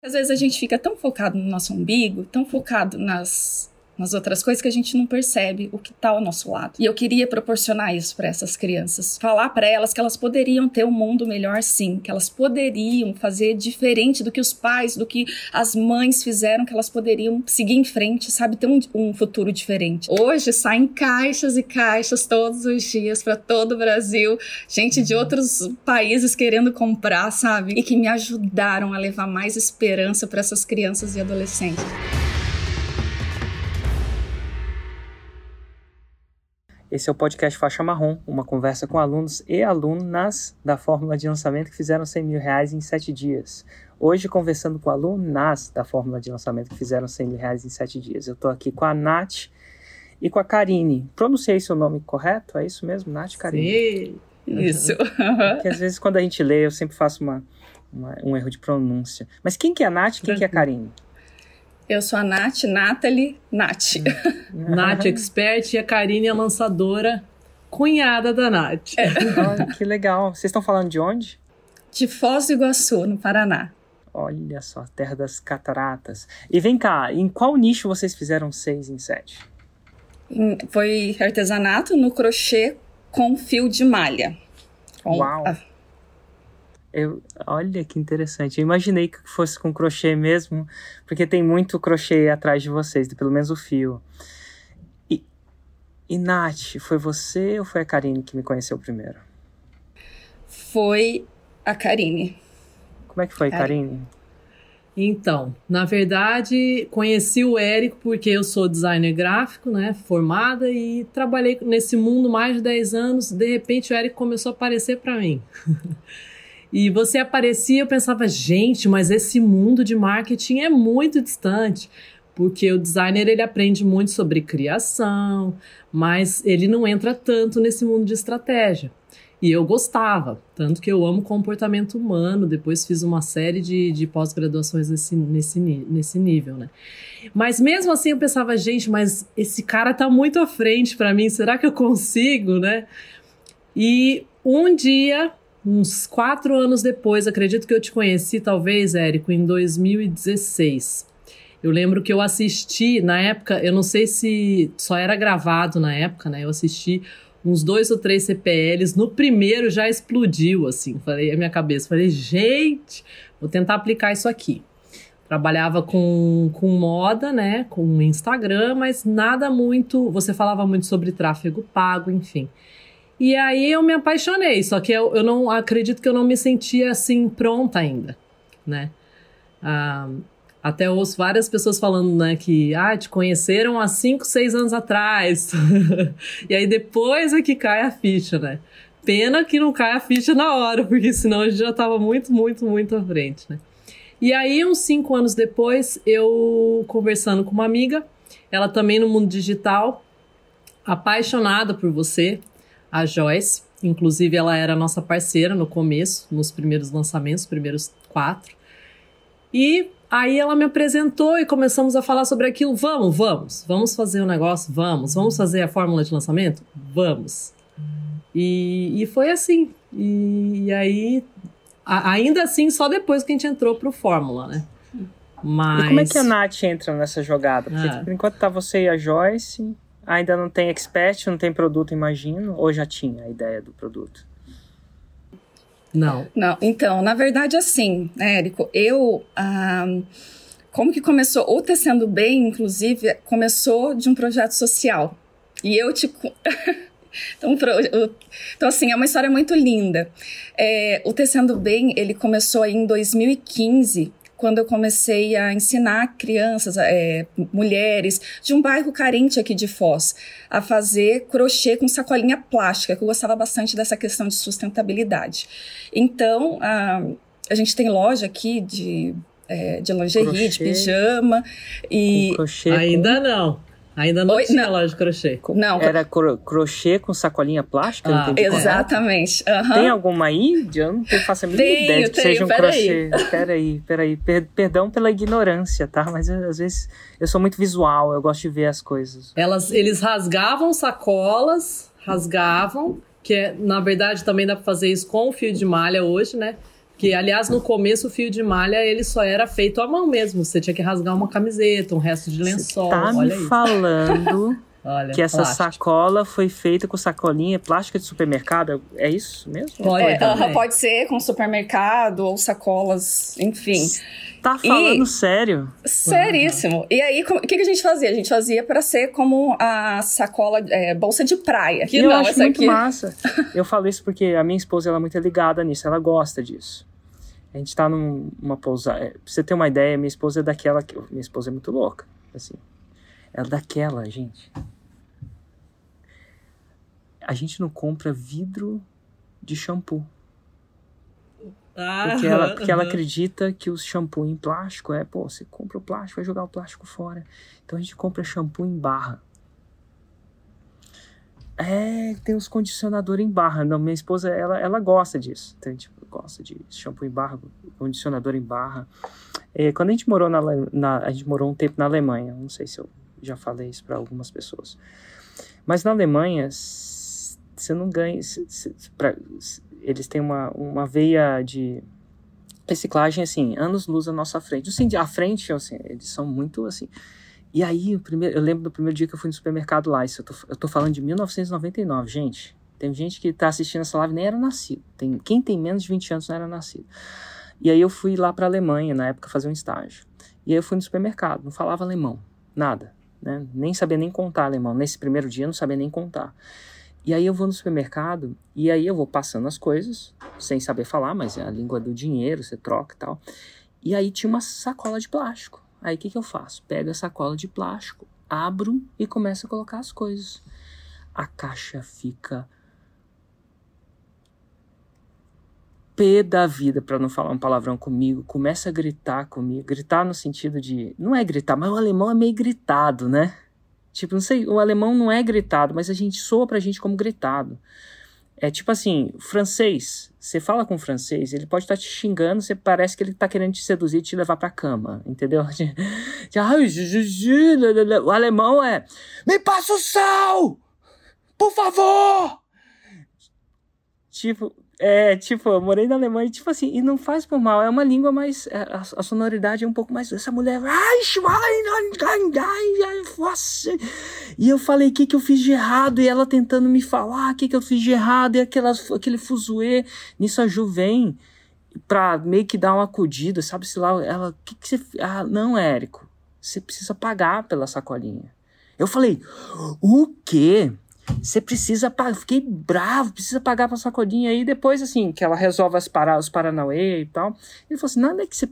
Às vezes a gente fica tão focado no nosso umbigo, tão focado nas outras coisas que a gente não percebe o que está ao nosso lado. E eu queria proporcionar isso para essas crianças. Falar para elas que elas poderiam ter um mundo melhor sim, que elas poderiam fazer diferente do que os pais, do que as mães fizeram, que elas poderiam seguir em frente, sabe? Ter um futuro diferente. Hoje saem caixas e caixas todos os dias para todo o Brasil, gente de outros países querendo comprar, sabe? E que me ajudaram a levar mais esperança para essas crianças e adolescentes. Esse é o podcast Faixa Marrom, uma conversa com alunos e alunas da Fórmula de Lançamento que fizeram R$100 mil em 7 dias. Hoje, conversando com alunas da Fórmula de Lançamento que fizeram R$100 mil em 7 dias. Eu estou aqui com a Nath e com a Karine. Pronunciei seu nome correto? É isso mesmo, Nath e Karine? Sim, isso. Porque às vezes quando a gente lê, eu sempre faço um erro de pronúncia. Mas quem que é a Nath e quem que é a Karine? Eu sou a Nath, Nathalie, Nath. Nath Expert e a Karine é a lançadora, cunhada da Nath. Olha, que legal. Vocês estão falando de onde? De Foz do Iguaçu, no Paraná. Olha só, terra das cataratas. E vem cá, em qual nicho vocês fizeram 6 em 7? Foi artesanato no crochê com fio de malha. Uau! Olha que interessante. Eu imaginei que fosse com crochê mesmo, porque tem muito crochê atrás de vocês, pelo menos o fio. E Nath, foi você ou foi a Karine que me conheceu primeiro? Foi a Karine. Como é que foi, Karine? Então, na verdade, conheci o Érico porque eu sou designer gráfico, né, formada, e trabalhei nesse mundo mais de 10 anos. De repente, o Érico começou a aparecer para mim. E você aparecia, eu pensava, gente, mas esse mundo de marketing é muito distante, porque o designer ele aprende muito sobre criação, mas ele não entra tanto nesse mundo de estratégia. E eu gostava, tanto que eu amo comportamento humano, depois fiz uma série de pós-graduações nesse nível, né? Mas mesmo assim eu pensava, gente, mas esse cara tá muito à frente para mim, será que eu consigo, né? E um dia, uns 4 anos depois, acredito que eu te conheci, talvez, Érico, em 2016. Eu lembro que eu assisti, na época, eu não sei se só era gravado na época, né? Eu assisti uns 2 ou 3 CPLs, no primeiro já explodiu, assim, falei a minha cabeça, falei, gente, vou tentar aplicar isso aqui. Trabalhava com moda, né, com Instagram, mas nada muito, você falava muito sobre tráfego pago, enfim. E aí eu me apaixonei, só que eu não acredito que eu não me sentia assim pronta ainda, né? Até ouço várias pessoas falando, né, que te conheceram há 5, 6 anos atrás. E aí depois é que cai a ficha, né? Pena que não cai a ficha na hora, porque senão a gente já estava muito, muito, muito à frente, né? E aí, uns 5 anos depois, eu conversando com uma amiga, ela também no mundo digital, apaixonada por você, a Joyce, inclusive ela era nossa parceira no começo, nos primeiros lançamentos, primeiros 4. E aí ela me apresentou e começamos a falar sobre aquilo. Vamos fazer um negócio, vamos fazer a fórmula de lançamento? Vamos. E foi assim. E aí, ainda assim, só depois que a gente entrou pro Fórmula, né? Mas... E como é que a Nath entra nessa jogada? Porque por enquanto tá você e a Joyce... Ainda não tem expert, não tem produto, imagino? Ou já tinha a ideia do produto? Não. Então, na verdade, assim, né, Érico, como que começou? O Tecendo Bem, inclusive, começou de um projeto social. E eu Então, assim, é uma história muito linda. O Tecendo Bem, ele começou aí em 2015, quando eu comecei a ensinar crianças, mulheres de um bairro carente aqui de Foz, a fazer crochê com sacolinha plástica, que eu gostava bastante dessa questão de sustentabilidade. Então, a gente tem loja aqui de lingerie, crochê, de pijama. E crochê Ainda não tinha loja de crochê. Não. Era crochê com sacolinha plástica? Exatamente. Uhum. Tem alguma aí? Eu não faço a mínima ideia de que seja um crochê. Peraí. Perdão pela ignorância, tá? Mas às vezes eu sou muito visual, eu gosto de ver as coisas. Eles rasgavam sacolas, que na verdade também dá pra fazer isso com o fio de malha hoje, né? Que, aliás, no começo o fio de malha ele só era feito à mão mesmo. Você tinha que rasgar uma camiseta, um resto de lençol. Você tá me falando Olha, que essa plástico. sacola foi feita com sacolinha plástica de supermercado? É isso mesmo? Pode ser com supermercado ou sacolas, enfim. Tá falando sério? Seríssimo. E aí, o que a gente fazia? A gente fazia para ser como a sacola, bolsa de praia. Que eu acho muito massa. Eu falo isso porque a minha esposa ela é muito ligada nisso, ela gosta disso. A gente tá numa pousada. Pra você ter uma ideia, minha esposa é daquela. Minha esposa é muito louca. Assim. Ela é daquela, gente. A gente não compra vidro de shampoo. Porque ela acredita que o shampoo em plástico você compra o plástico, vai jogar o plástico fora. Então a gente compra shampoo em barra. Tem os condicionadores em barra. Não, minha esposa, ela gosta disso. Então, gosta de shampoo em barra, condicionador em barra. Quando a gente morou a gente morou um tempo na Alemanha, não sei se eu já falei isso para algumas pessoas. Mas na Alemanha, você não ganha... Eles têm uma veia de reciclagem, assim, anos-luz à nossa frente. Assim, à frente, assim, eles são muito, assim... E aí, eu lembro do primeiro dia que eu fui no supermercado lá. Eu tô falando de 1999, gente. Tem gente que tá assistindo essa live e nem era nascido. Quem tem menos de 20 anos não era nascido. E aí eu fui lá pra Alemanha, na época, fazer um estágio. E aí eu fui no supermercado, não falava alemão, nada, né? Nem sabia nem contar alemão. Nesse primeiro dia eu não sabia nem contar. E aí eu vou no supermercado, e aí eu vou passando as coisas, sem saber falar, mas é a língua do dinheiro, você troca e tal. E aí tinha uma sacola de plástico. Aí o que eu faço? Pego a sacola de plástico, abro e começo a colocar as coisas. A caixa fica pé da vida, para não falar um palavrão comigo, começa a gritar comigo. Gritar no sentido de... Não é gritar, mas o alemão é meio gritado, né? Tipo, não sei, o alemão não é gritado, mas a gente soa pra gente como gritado. É tipo assim, francês, você fala com o francês, ele pode estar te xingando, você parece que ele tá querendo te seduzir e te levar pra cama, entendeu? O alemão é, me passa o sal, por favor! Tipo, eu morei na Alemanha, tipo assim, e não faz por mal, é uma língua mais, a sonoridade é um pouco mais, essa mulher, e eu falei, o que eu fiz de errado, e ela tentando me falar, o que eu fiz de errado, e aquele fuzuê, nisso a Ju vem, pra meio que dar uma acudida, sabe, se lá, ela, o que você, não, Érico, você precisa pagar pela sacolinha. Eu falei, o quê? Você precisa pagar, fiquei bravo, precisa pagar pra sacolinha. Aí depois, assim, que ela resolve os paranauê e tal, ele falou assim, nada é que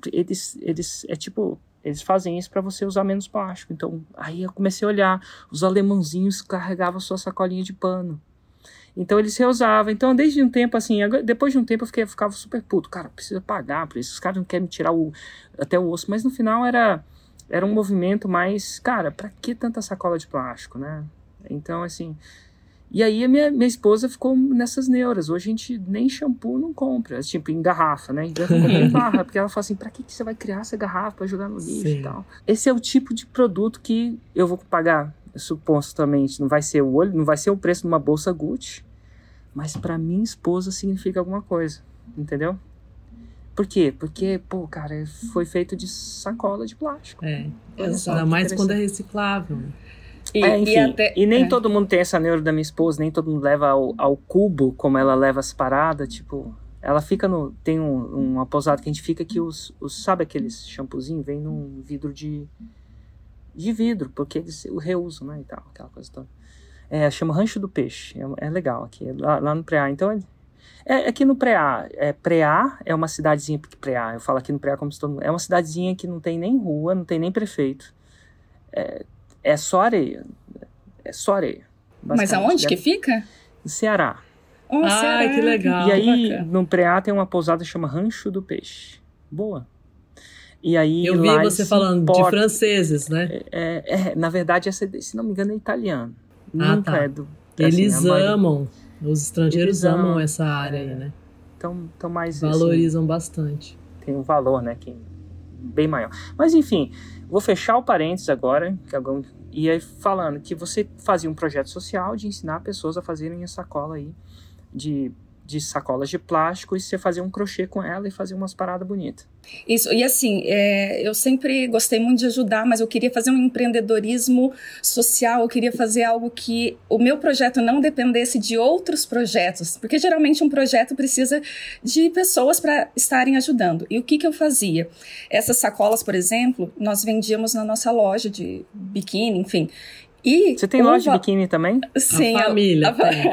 eles fazem isso pra você usar menos plástico. Então, aí eu comecei a olhar, os alemãozinhos carregavam sua sacolinha de pano. Então eles reusavam. Então, desde um tempo, assim, depois de um tempo eu ficava super puto, cara, precisa pagar por isso, os caras não querem me tirar até o osso, mas no final era um movimento mais, cara, pra que tanta sacola de plástico, né? Então, assim... E aí a minha esposa ficou nessas neuras. Hoje a gente nem shampoo não compra, tipo em garrafa, né? Então eu comprei em barra, porque ela fala assim, pra que você vai criar essa garrafa pra jogar no lixo e tal? Esse é o tipo de produto que eu vou pagar, supostamente, não vai ser o preço de uma bolsa Gucci, mas pra minha esposa significa alguma coisa, entendeu? Por quê? Porque, cara, foi feito de sacola de plástico. Ainda mais quando é reciclável. Enfim, e nem todo mundo tem essa neura da minha esposa, nem todo mundo leva ao cubo, como ela leva as paradas, tipo, ela fica tem uma pousada que a gente fica que sabe aqueles shampoozinhos, vem num vidro de vidro, porque eles o reusam, né, e tal, aquela coisa toda. Chama Rancho do Peixe, é legal aqui, lá no Preá, então aqui no Preá, Preá é uma cidadezinha, Preá, eu falo aqui no Preá como se todo mundo, é uma cidadezinha que não tem nem rua, não tem nem prefeito, é só areia. Mas aonde que fica? No Ceará. Ceará. Que legal. E aí, no Preá tem uma pousada que chama Rancho do Peixe. Boa. E aí, eu vi você falando de franceses, né? Na verdade, se não me engano, é italiano. Nunca é do... Eles amam, os estrangeiros amam essa área aí, né? Então mais... Valorizam bastante. Tem um valor, né? Bem maior. Mas, enfim... Vou fechar o parênteses agora, e aí falando que você fazia um projeto social de ensinar pessoas a fazerem a sacola aí de de sacolas de plástico e você fazia um crochê com ela e fazia umas paradas bonitas. Isso, e assim, eu sempre gostei muito de ajudar, mas eu queria fazer um empreendedorismo social, eu queria fazer algo que o meu projeto não dependesse de outros projetos, porque geralmente um projeto precisa de pessoas para estarem ajudando. E o que eu fazia? Essas sacolas, por exemplo, nós vendíamos na nossa loja de biquíni, enfim. E você tem loja de biquíni também? Sim. Família.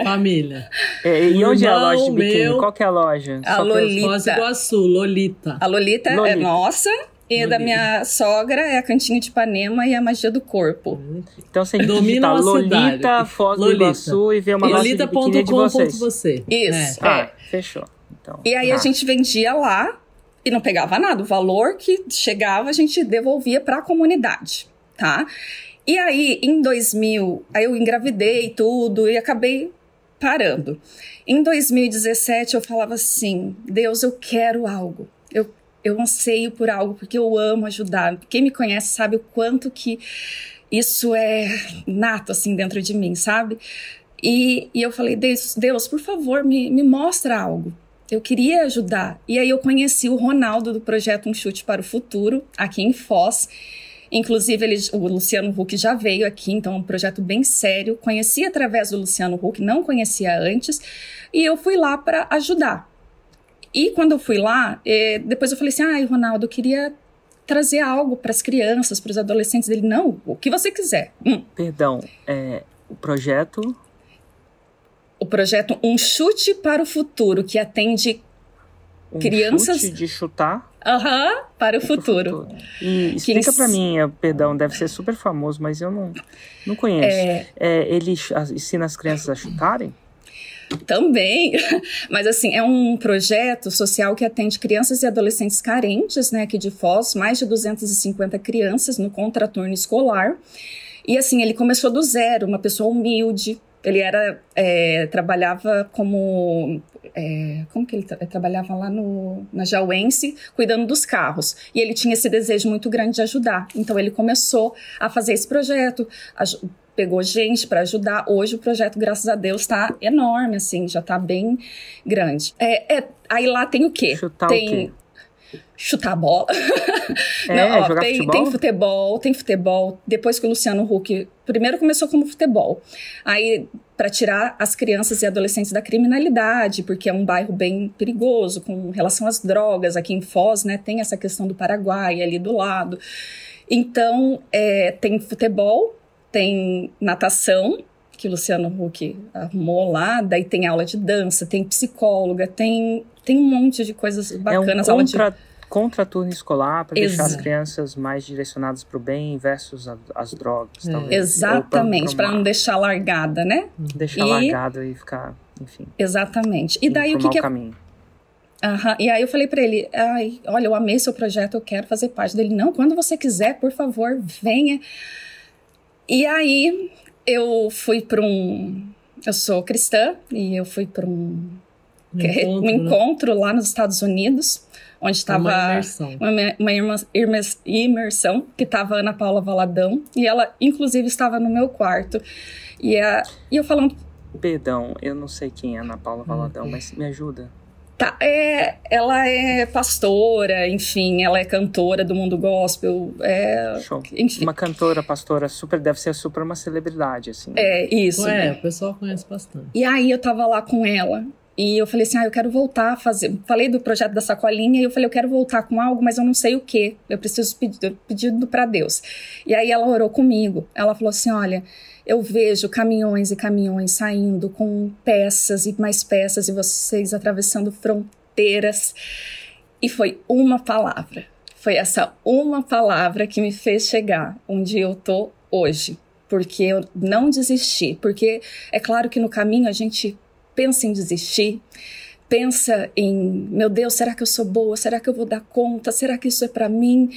E onde é a loja de biquíni? Qual que é a loja? A Lolita. Foz do Iguaçu, Lolita. A Lolita é nossa e a da minha sogra é a Cantinho de Ipanema e a Magia do Corpo. Então você digita Lolita, Foz do Iguaçu e vê uma loja de biquíni de vocês. Isso. Fechou. Então, e aí a gente vendia lá e não pegava nada. O valor que chegava a gente devolvia para a comunidade, tá? E aí, em 2000, aí eu engravidei tudo e acabei parando. Em 2017, eu falava assim, Deus, eu quero algo. Eu anseio por algo, porque eu amo ajudar. Quem me conhece sabe o quanto que isso é nato, assim, dentro de mim, sabe? E eu falei, Deus, por favor, me mostra algo. Eu queria ajudar. E aí eu conheci o Ronaldo do projeto Um Chute para o Futuro, aqui em Foz. Inclusive, o Luciano Huck já veio aqui, então é um projeto bem sério. Conheci através do Luciano Huck, não conhecia antes, e eu fui lá para ajudar. E quando eu fui lá, depois eu falei assim, Ronaldo, eu queria trazer algo para as crianças, para os adolescentes dele. Não, o que você quiser. Perdão, o projeto... O projeto Um Chute para o Futuro, que atende crianças... chute de chutar? Para o futuro. E explica pra mim, perdão, deve ser super famoso, mas eu não conheço. Ele ensina as crianças a chutarem? Também, mas assim, é um projeto social que atende crianças e adolescentes carentes, né, aqui de Foz, mais de 250 crianças no contraturno escolar. E assim, ele começou do zero, uma pessoa humilde. Ele trabalhava como que ele trabalhava lá na Jauense, cuidando dos carros. E ele tinha esse desejo muito grande de ajudar. Então ele começou a fazer esse projeto, pegou gente para ajudar. Hoje o projeto, graças a Deus, está enorme, assim, já está bem grande. Aí lá tem o quê? Chutar o quê? Chutar a bola. Jogar futebol? Tem futebol. Depois que o Luciano Huck... Primeiro começou como futebol. Aí, para tirar as crianças e adolescentes da criminalidade, porque é um bairro bem perigoso com relação às drogas. Aqui em Foz, né, tem essa questão do Paraguai ali do lado. Então, tem futebol, tem natação, que o Luciano Huck arrumou lá. Daí tem aula de dança, tem psicóloga, tem um monte de coisas bacanas. Contraturno escolar para deixar as crianças mais direcionadas para o bem versus as drogas. Talvez. Exatamente, para não deixar largada, né? Deixar largada e ficar, enfim. Exatamente. E daí o que caminho. E aí eu falei para ele, olha, eu amei seu projeto, eu quero fazer parte dele. Não, quando você quiser, por favor, venha. E aí eu fui para eu sou cristã e eu fui para um encontro lá nos Estados Unidos, onde estava uma imersão, que estava a Ana Paula Valadão, e ela, inclusive, estava no meu quarto. E eu falando... Perdão, eu não sei quem é a Ana Paula Valadão, mas me ajuda. Tá, ela é pastora, enfim, ela é cantora do mundo gospel. Show. Enfim. Uma cantora, pastora, deve ser super uma celebridade, assim. Isso. O pessoal conhece bastante. E aí eu tava lá com ela, e eu falei assim, eu quero voltar a fazer... Falei do projeto da sacolinha, e eu falei, eu quero voltar com algo, mas eu não sei o quê. Eu preciso pedir para Deus. E aí ela orou comigo. Ela falou assim, olha... Eu vejo caminhões e caminhões saindo com peças e mais peças e vocês atravessando fronteiras. E foi uma palavra. Foi essa uma palavra que me fez chegar onde eu tô hoje. Porque eu não desisti. Porque é claro que no caminho a gente pensa em desistir. Pensa em, meu Deus, será que eu sou boa? Será que eu vou dar conta? Será que isso é para mim?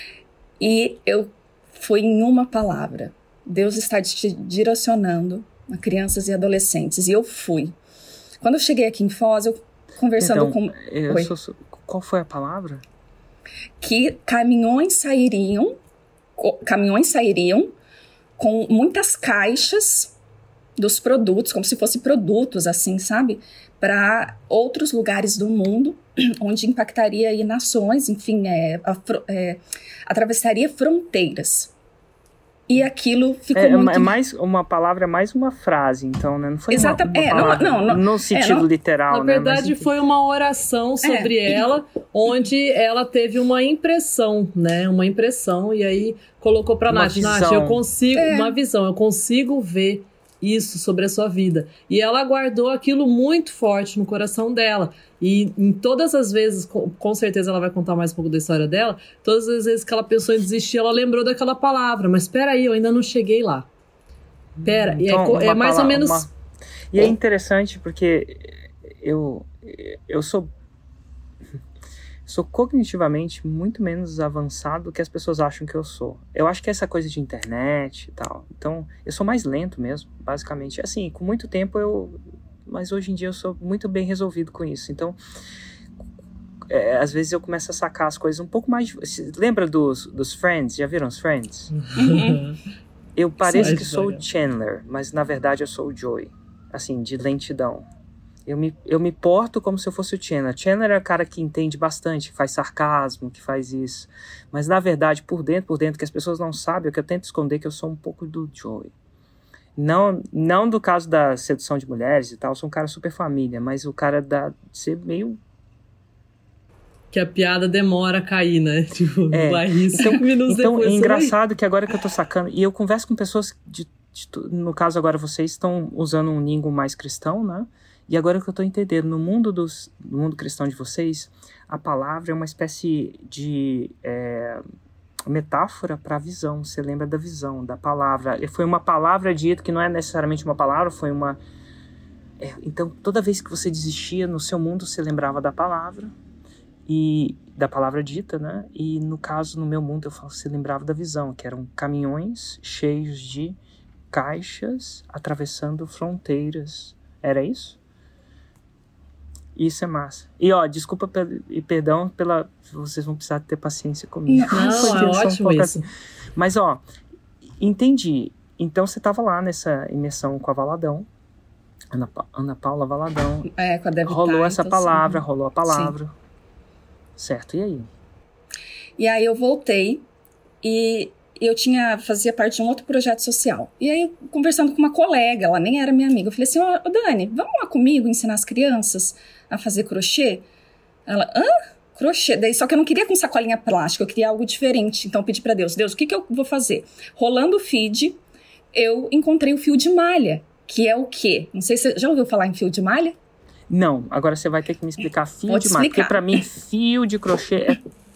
E eu fui em uma palavra. Deus está te direcionando a crianças e adolescentes. E eu fui. Quando eu cheguei aqui em Foz, eu conversando com... Qual foi a palavra? Que caminhões sairiam com muitas caixas dos produtos, como se fossem produtos, assim, sabe? Para outros lugares do mundo, onde impactaria aí nações, enfim, atravessaria fronteiras. E aquilo ficou muito... É mais uma palavra, é mais uma frase, então, né? Não foi uma palavra, não, no sentido literal, na verdade, foi uma oração sobre ela, onde ela teve uma impressão, né? Uma impressão, e aí colocou pra Nath, eu consigo... Uma visão, eu consigo ver isso sobre a sua vida. E ela guardou aquilo muito forte no coração dela. E em todas as vezes, com certeza ela vai contar mais um pouco da história dela, todas as vezes que ela pensou em desistir, ela lembrou daquela palavra. Mas espera aí, eu ainda não cheguei lá. Pera, então, é mais ou menos... E é interessante porque eu sou cognitivamente muito menos avançado do que as pessoas acham que eu sou. Eu acho que essa coisa de internet e tal. Então, eu sou mais lento mesmo, basicamente. Assim, com muito tempo mas hoje em dia eu sou muito bem resolvido com isso. Então, às vezes eu começo a sacar as coisas um pouco mais... Lembra dos Friends? Já viram os Friends? Eu pareço que sou o Chandler, mas na verdade eu sou o Joey. Assim, de lentidão. Eu me porto como se eu fosse o Chandler. Chandler é o cara que entende bastante, que faz sarcasmo, que faz isso. Mas na verdade, por dentro, que as pessoas não sabem, é que eu tento esconder que eu sou um pouco do Joey. Não do caso da sedução de mulheres e tal, eu sou um cara super família, mas o cara de ser meio... Que a piada demora a cair, né? Tipo, vai rir 5 minutos depois. Então, é engraçado que agora que eu tô sacando... E eu converso com pessoas no caso agora vocês estão usando um lingo mais cristão, né? E agora que eu tô entendendo, no mundo cristão de vocês, a palavra é uma espécie de metáfora para a visão. Você lembra da visão, da palavra. Foi uma palavra dita que não é necessariamente uma palavra, foi uma... então, toda vez que você desistia no seu mundo, você lembrava da palavra, e da palavra dita, né? E no caso, no meu mundo, você lembrava da visão, que eram caminhões cheios de caixas atravessando fronteiras. Era isso? Isso é massa. E desculpa e perdão vocês vão precisar ter paciência comigo. Não, é ótimo isso. Assim. Mas entendi. Então você estava lá nessa imersão com a Valadão, Ana Paula Valadão. Com a Debbie rolou essa palavra, assim. rolou a palavra. Sim. Certo, e aí? E aí eu voltei e eu fazia parte de um outro projeto social. E aí, conversando com uma colega, ela nem era minha amiga, eu falei assim, Dani, vamos lá comigo ensinar as crianças a fazer crochê? Ela, crochê? Daí, só que eu não queria com sacolinha plástica, eu queria algo diferente. Então eu pedi pra Deus, o que eu vou fazer? Rolando o feed, eu encontrei o fio de malha, que é o quê? Não sei se você já ouviu falar em fio de malha? Não, agora você vai ter que me explicar fio de malha, porque pra mim fio de crochê é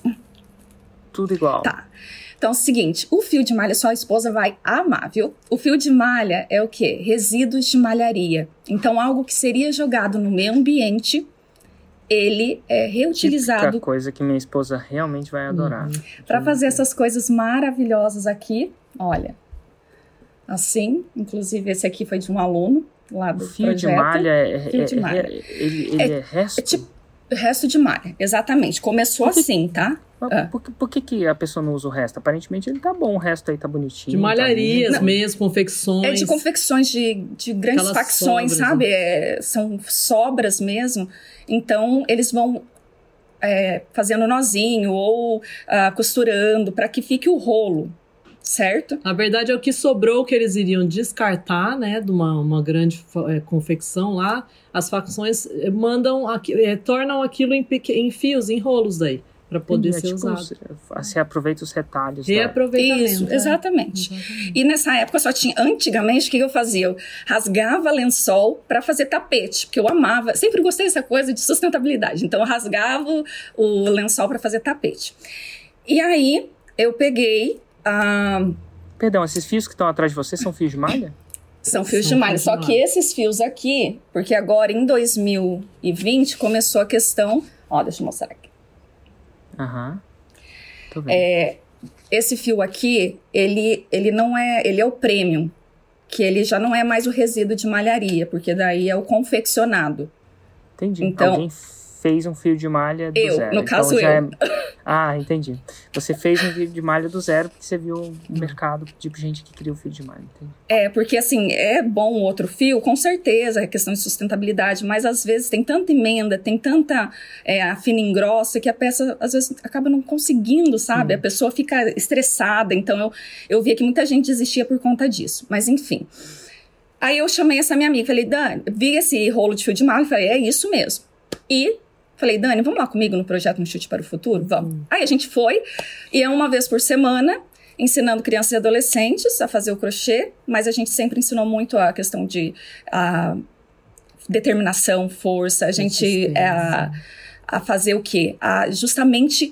tudo igual. Tá. Então é o seguinte, o fio de malha sua esposa vai amar, viu? O fio de malha é o quê? Resíduos de malharia. Então algo que seria jogado no meio ambiente, ele é reutilizado. Típica coisa que minha esposa realmente vai adorar. Para fazer essas coisas maravilhosas aqui, olha. Assim, inclusive esse aqui foi de um aluno lá do fio projeto. De malha fio de malha. Ele é resto? É tipo resto de malha, exatamente. Começou assim, tá? Por que a pessoa não usa o resto? Aparentemente ele tá bom, o resto aí tá bonitinho. De malharias mesmo, confecções. É de confecções de grandes facções, sabe? São sobras mesmo. Então eles vão fazendo nozinho ou costurando para que fique o rolo. Certo? Na verdade é o que sobrou que eles iriam descartar, né, de uma grande confecção lá. As facções tornam aquilo em fios, em rolos daí, para poder ser usado. Você aproveita os retalhos. Reaproveitamento. Isso, exatamente. E nessa época antigamente o que eu fazia? Eu rasgava lençol para fazer tapete, porque eu amava, sempre gostei dessa coisa de sustentabilidade. Então eu rasgava o lençol para fazer tapete. E aí eu peguei Perdão, esses fios que estão atrás de você são fios de malha? São fios de malha, só que esses fios aqui, porque agora em 2020 começou a questão, deixa eu mostrar aqui. Tô vendo. Esse fio aqui, ele é o premium, que ele já não é mais o resíduo de malharia, porque daí é o confeccionado. Entendi. Então, alguém fez um fio de malha do zero. No caso, então, Ah, entendi. Você fez um fio de malha do zero porque você viu o mercado de gente que cria o fio de malha. Entendi. Porque assim, é bom o outro fio, com certeza, é questão de sustentabilidade, mas às vezes tem tanta emenda, tem tanta afina e engrossa que a peça às vezes acaba não conseguindo, sabe? A pessoa fica estressada, então eu via que muita gente desistia por conta disso, mas enfim. Aí eu chamei essa minha amiga, falei, Dani, vi esse rolo de fio de malha, falei, é isso mesmo. E falei, Dani, vamos lá comigo no projeto Um Chute para o Futuro? Vamos. Aí a gente foi, e é uma vez por semana, ensinando crianças e adolescentes a fazer o crochê, mas a gente sempre ensinou muito a questão de determinação, força, a gente a fazer o quê? Justamente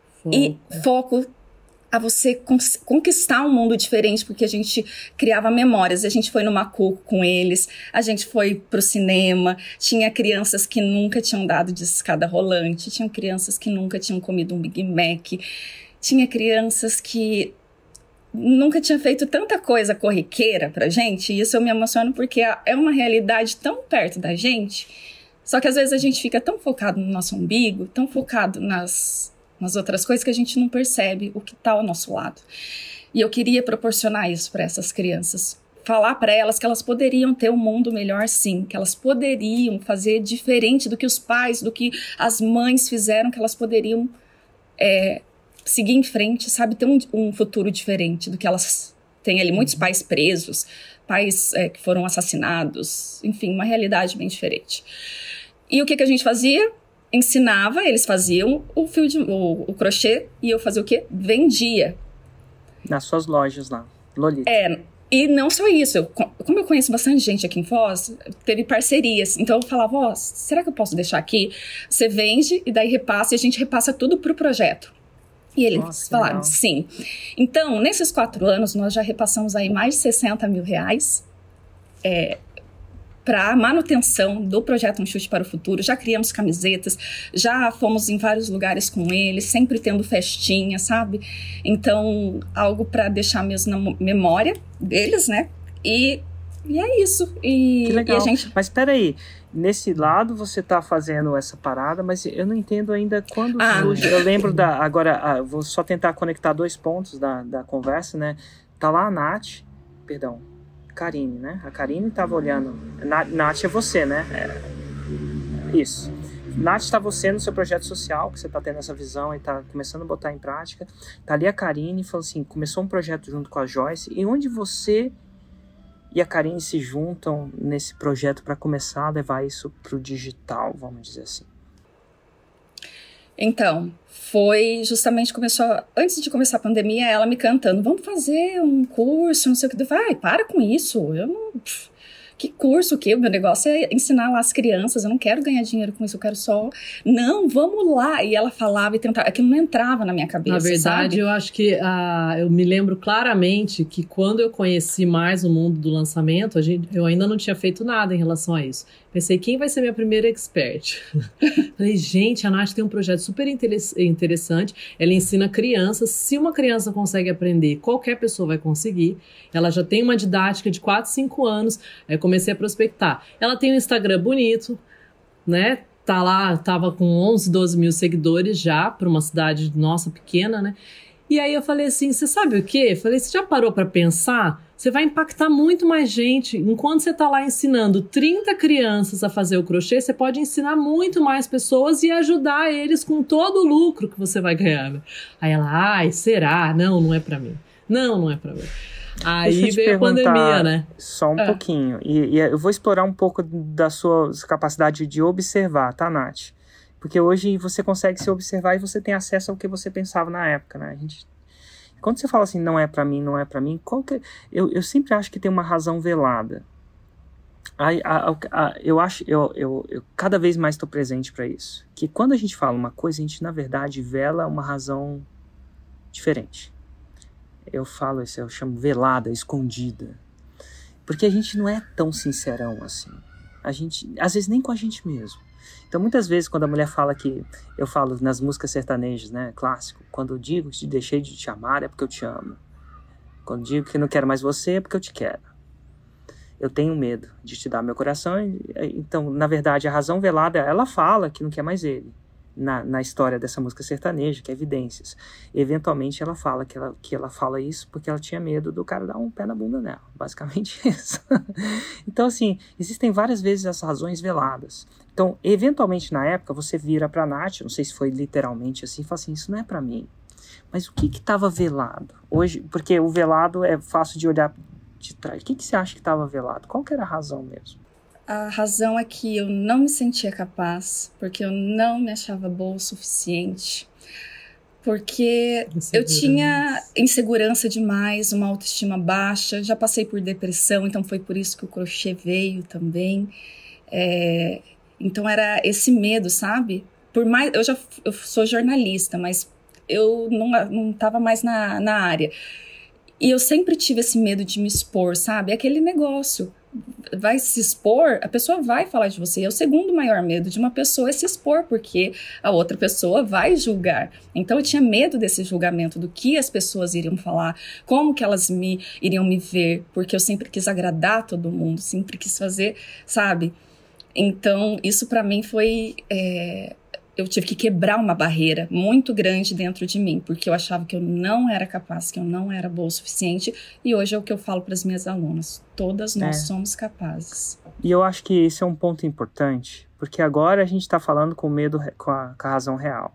foco a você conquistar um mundo diferente, porque a gente criava memórias. A gente foi no Macuco com eles, a gente foi pro cinema, tinha crianças que nunca tinham dado de escada rolante, tinha crianças que nunca tinham comido um Big Mac, tinha crianças que nunca tinham feito tanta coisa corriqueira pra gente, e isso eu me emociono porque é uma realidade tão perto da gente, só que às vezes a gente fica tão focado no nosso umbigo, tão focado nas outras coisas que a gente não percebe o que está ao nosso lado. E eu queria proporcionar isso para essas crianças. Falar para elas que elas poderiam ter um mundo melhor sim, que elas poderiam fazer diferente do que os pais, do que as mães fizeram, que elas poderiam seguir em frente, sabe? Ter um futuro diferente do que elas têm ali. Muitos pais presos, pais que foram assassinados, enfim, uma realidade bem diferente. E o que a gente fazia? Ensinava, eles faziam o crochê e eu fazia o quê? Vendia. Nas suas lojas lá, Lolita. E não só isso, como eu conheço bastante gente aqui em Foz, teve parcerias, então eu falava, será que eu posso deixar aqui? Você vende e daí repassa, e a gente repassa tudo pro projeto. E eles falaram, sim. Então, nesses 4 anos, nós já repassamos aí mais de R$60 mil, para manutenção do projeto Um Chute para o Futuro. Já criamos camisetas, já fomos em vários lugares com eles, sempre tendo festinha, sabe? Então, algo para deixar mesmo na memória deles, né? E é isso. Que legal. E a gente... Mas peraí, nesse lado você tá fazendo essa parada, mas eu não entendo ainda quando surge. Eu lembro agora, vou só tentar conectar 2 pontos da conversa, né? Tá lá a Nath, Karine, né? A Karine tava olhando. Nath é você, né? Isso. Nath tá você no seu projeto social, que você tá tendo essa visão e tá começando a botar em prática. Tá ali a Karine, falou assim, começou um projeto junto com a Joyce. E onde você e a Karine se juntam nesse projeto para começar a levar isso pro digital, vamos dizer assim? Então, foi justamente, antes de começar a pandemia, ela me cantando, vamos fazer um curso, não sei o que. Vai, para com isso, eu não... Que curso, o quê? O meu negócio é ensinar lá as crianças, eu não quero ganhar dinheiro com isso, eu quero só... Não, vamos lá! E ela falava e tentava, aquilo não entrava na minha cabeça, na verdade, sabe? Eu acho que eu me lembro claramente que quando eu conheci mais o mundo do lançamento, eu ainda não tinha feito nada em relação a isso. Pensei, quem vai ser minha primeira expert? Falei, gente, a Nath tem um projeto super interessante, ela ensina crianças, se uma criança consegue aprender, qualquer pessoa vai conseguir, ela já tem uma didática de 4, 5 anos, aí comecei a prospectar. Ela tem um Instagram bonito, né? Tá lá, tava com 11, 12 mil seguidores já, para uma cidade nossa pequena, né? E aí eu falei assim, você sabe o quê? Falei, você já parou para pensar? Você vai impactar muito mais gente. Enquanto você tá lá ensinando 30 crianças a fazer o crochê, você pode ensinar muito mais pessoas e ajudar eles com todo o lucro que você vai ganhar. Né? Aí ela, será? Não é para mim. Não é para mim. Aí veio a pandemia, né? Só um pouquinho. E eu vou explorar um pouco da sua capacidade de observar, tá, Nath? Porque hoje você consegue se observar e você tem acesso ao que você pensava na época, né? Quando você fala assim, não é pra mim, eu sempre acho que tem uma razão velada. Eu cada vez mais estou presente para isso. Que quando a gente fala uma coisa, a gente, na verdade, vela uma razão diferente. Eu falo isso, eu chamo velada, escondida. Porque a gente não é tão sincerão assim. Às vezes nem com a gente mesmo. Então, muitas vezes, quando a mulher fala que... Eu falo nas músicas sertanejas, né? Clássico. Quando eu digo que deixei de te amar, é porque eu te amo. Quando digo que não quero mais você, é porque eu te quero. Eu tenho medo de te dar meu coração. Então, na verdade, a razão velada, ela fala que não quer mais ele. na história dessa música sertaneja, que é Evidências. Eventualmente ela fala que ela fala isso porque ela tinha medo do cara dar um pé na bunda dela. Basicamente isso. Então, assim, existem várias vezes as razões veladas. Então, eventualmente na época, você vira pra Nath, não sei se foi literalmente assim, e fala assim, isso não é pra mim. Mas o que estava velado? Hoje, porque o velado é fácil de olhar de trás. O que você acha que estava velado? Qual que era a razão mesmo? A razão é que eu não me sentia capaz, porque eu não me achava boa o suficiente, porque eu tinha insegurança demais, uma autoestima baixa, já passei por depressão, então foi por isso que o crochê veio também. Então era esse medo, sabe? Por mais, eu sou jornalista, mas eu não estava mais na área. E eu sempre tive esse medo de me expor, sabe? É aquele negócio. Vai se expor, a pessoa vai falar de você. É o segundo maior medo de uma pessoa é se expor, porque a outra pessoa vai julgar. Então eu tinha medo desse julgamento, do que as pessoas iriam falar, como que elas iriam me ver, porque eu sempre quis agradar todo mundo, sempre quis fazer, sabe? Então isso pra mim foi... eu tive que quebrar uma barreira muito grande dentro de mim, porque eu achava que eu não era capaz, que eu não era boa o suficiente, e hoje é o que eu falo para as minhas alunas, todas nós somos capazes. E eu acho que esse é um ponto importante, porque agora a gente está falando com medo, com a razão real.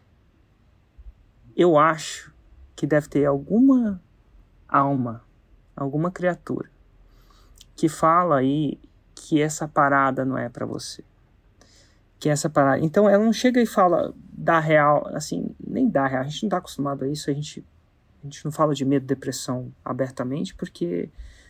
Eu acho que deve ter alguma alma, alguma criatura, que fala aí que essa parada não é para você. Que essa parada. Então ela não chega e fala da real, assim, nem da real, a gente não está acostumado a isso, a gente não fala de medo, depressão abertamente, porque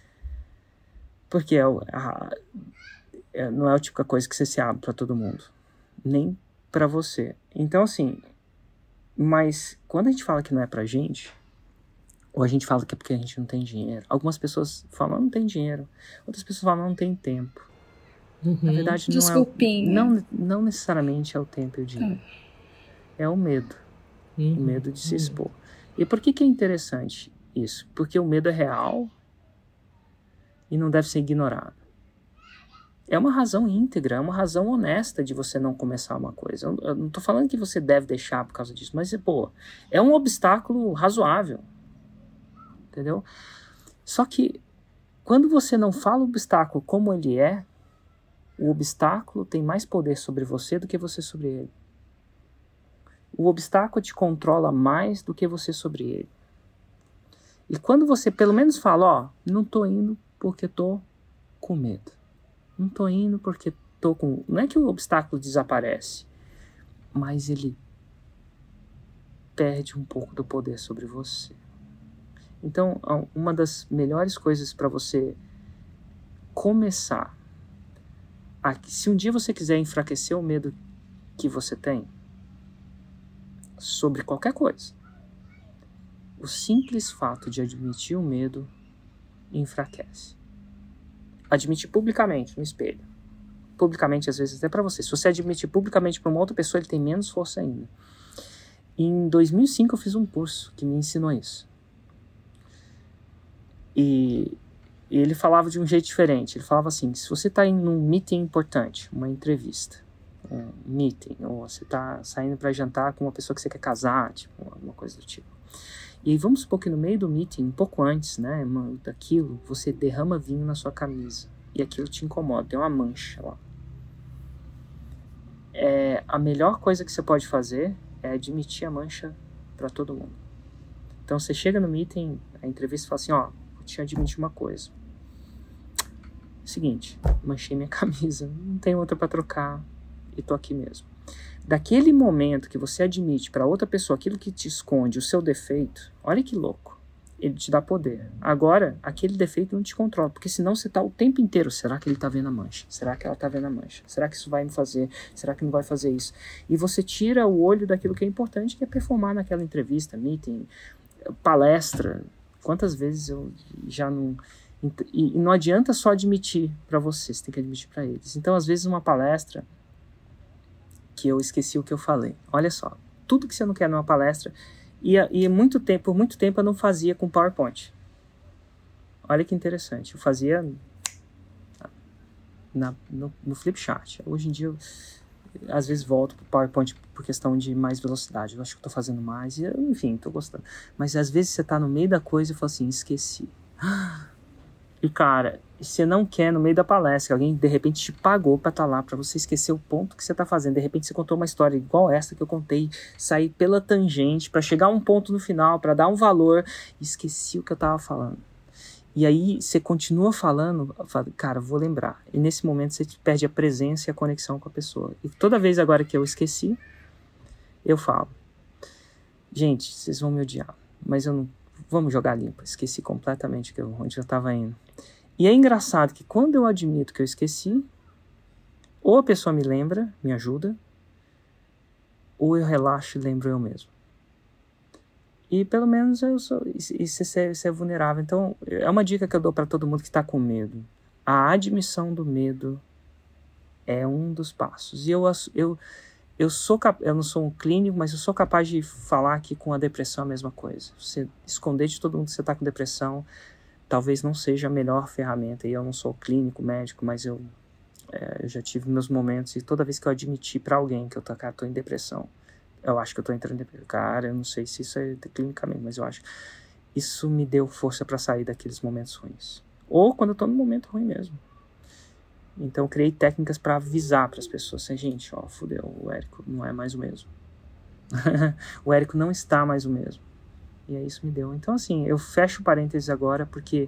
não é a típica coisa que você se abre para todo mundo, nem para você. Então, assim, mas quando a gente fala que não é pra gente, ou a gente fala que é porque a gente não tem dinheiro, algumas pessoas falam não tem dinheiro, outras pessoas falam não tem tempo. Na verdade, não necessariamente é o tempo e o dinheiro. É o medo. O medo de se expor. E por que é interessante isso? Porque o medo é real e não deve ser ignorado. É uma razão íntegra, é uma razão honesta de você não começar uma coisa. Eu não estou falando que você deve deixar por causa disso, mas é um obstáculo razoável. Entendeu? Só que quando você não fala o obstáculo como ele é, o obstáculo tem mais poder sobre você do que você sobre ele. O obstáculo te controla mais do que você sobre ele. E quando você pelo menos fala, não tô indo porque tô com medo. Não tô indo porque tô com... Não é que o obstáculo desaparece, mas ele perde um pouco do poder sobre você. Então, uma das melhores coisas para você começar se um dia você quiser enfraquecer o medo que você tem sobre qualquer coisa, o simples fato de admitir o medo enfraquece. Admitir publicamente, no espelho. Publicamente, às vezes, até para você. Se você admitir publicamente para uma outra pessoa, ele tem menos força ainda. Em 2005, eu fiz um curso que me ensinou isso. E ele falava de um jeito diferente. Ele falava assim, se você está em um meeting importante, uma entrevista, um meeting, ou você está saindo para jantar com uma pessoa que você quer casar, tipo, alguma coisa do tipo. E aí vamos supor que no meio do meeting, um pouco antes, né, daquilo, você derrama vinho na sua camisa. E aquilo te incomoda, tem uma mancha lá. A melhor coisa que você pode fazer é admitir a mancha para todo mundo. Então você chega no meeting, a entrevista fala assim, vou te admitir uma coisa. Seguinte, manchei minha camisa, não tenho outra para trocar e tô aqui mesmo. Daquele momento que você admite para outra pessoa aquilo que te esconde, o seu defeito, olha que louco, ele te dá poder. Agora, aquele defeito não te controla, porque senão você tá o tempo inteiro, será que ele tá vendo a mancha? Será que ela tá vendo a mancha? Será que isso vai me fazer? Será que não vai fazer isso? E você tira o olho daquilo que é importante, que é performar naquela entrevista, meeting, palestra. Quantas vezes eu já não... E não adianta só admitir para você tem que admitir para eles. Então, às vezes, uma palestra que eu esqueci o que eu falei. Olha só, tudo que você não quer numa palestra, por muito tempo eu não fazia com PowerPoint. Olha que interessante, eu fazia no Flipchart. Hoje em dia às vezes volto pro PowerPoint por questão de mais velocidade. Eu acho que eu tô fazendo mais, e enfim, tô gostando. Mas às vezes você tá no meio da coisa e fala assim, esqueci. E cara, você não quer no meio da palestra, alguém de repente te pagou pra estar lá, pra você esquecer o ponto que você tá fazendo. De repente você contou uma história igual essa que eu contei, sair pela tangente pra chegar a um ponto no final, pra dar um valor, e esqueci o que eu tava falando. E aí você continua falando, fala, cara, vou lembrar. E nesse momento você perde a presença e a conexão com a pessoa. E toda vez agora que eu esqueci, eu falo, gente, vocês vão me odiar, mas eu não, vamos jogar limpo. Esqueci completamente onde eu estava indo. E é engraçado que quando eu admito que eu esqueci, ou a pessoa me lembra, me ajuda, ou eu relaxo e lembro eu mesmo. E pelo menos isso é vulnerável. Então, é uma dica que eu dou para todo mundo que está com medo. A admissão do medo é um dos passos. E eu não sou um clínico, mas eu sou capaz de falar que com a depressão é a mesma coisa. Você esconder de todo mundo que você está com depressão talvez não seja a melhor ferramenta. E eu não sou clínico, médico, mas eu já tive meus momentos. E toda vez que eu admiti para alguém que eu tô em depressão, eu acho que eu tô entrando em depressão. Cara, eu não sei se isso é clinicamente, mas eu acho. Isso me deu força para sair daqueles momentos ruins. Ou quando eu tô num momento ruim mesmo. Então eu criei técnicas para avisar para as pessoas. Assim, gente, ó, fudeu, o Érico não é mais o mesmo. O Érico não está mais o mesmo. E aí isso me deu. Então assim, eu fecho parênteses agora porque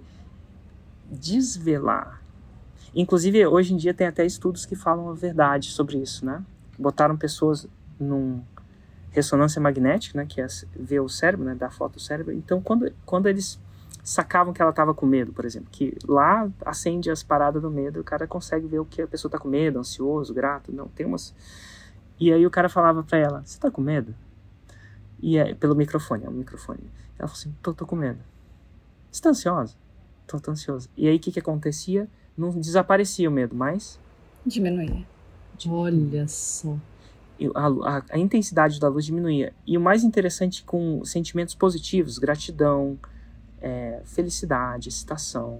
desvelar. Inclusive, hoje em dia tem até estudos que falam a verdade sobre isso, né? Botaram pessoas num ressonância magnética, né, que é ver o cérebro, né, dar foto do cérebro. Então, quando eles sacavam que ela estava com medo, por exemplo, que lá acende as paradas do medo, o cara consegue ver o que a pessoa está com medo, ansioso, grato, não, tem umas... E aí o cara falava para ela, você está com medo? E pelo microfone, Ela falou assim, tô com medo. Você está ansiosa? Tô ansiosa. E aí o que acontecia? Não desaparecia o medo, mas... Diminuía. Olha só. A intensidade da luz diminuía. E o mais interessante, com sentimentos positivos, gratidão, felicidade, excitação,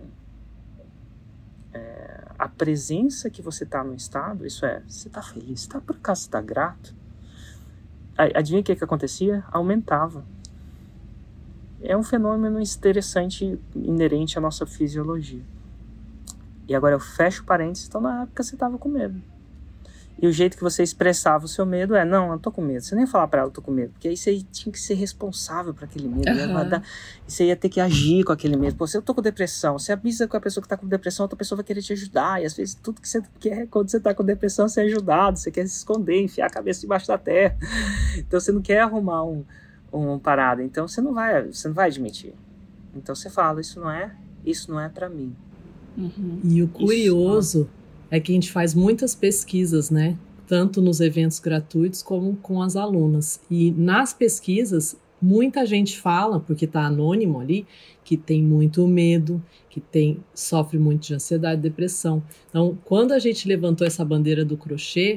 a presença que você está no estado, isso você está feliz, por acaso você está grato? Adivinha o que acontecia? Aumentava. É um fenômeno interessante, inerente à nossa fisiologia. E agora eu fecho parênteses, então na época você estava com medo. E o jeito que você expressava o seu medo não, eu tô com medo. Você nem ia falar pra ela, eu tô com medo. Porque aí você tinha que ser responsável por aquele medo. Você ia ter que agir com aquele medo. Pô, se eu tô com depressão, você avisa com a pessoa que tá com depressão, outra pessoa vai querer te ajudar. E às vezes tudo que você quer quando você tá com depressão é ser ajudado. Você quer se esconder, enfiar a cabeça debaixo da terra. Então você não quer arrumar um parado. Então você não vai admitir. Então você fala, isso não é pra mim. Uhum. E o curioso... é que a gente faz muitas pesquisas, né? Tanto nos eventos gratuitos como com as alunas. E nas pesquisas, muita gente fala, porque está anônimo ali, que tem muito medo, que sofre muito de ansiedade e depressão. Então, quando a gente levantou essa bandeira do crochê,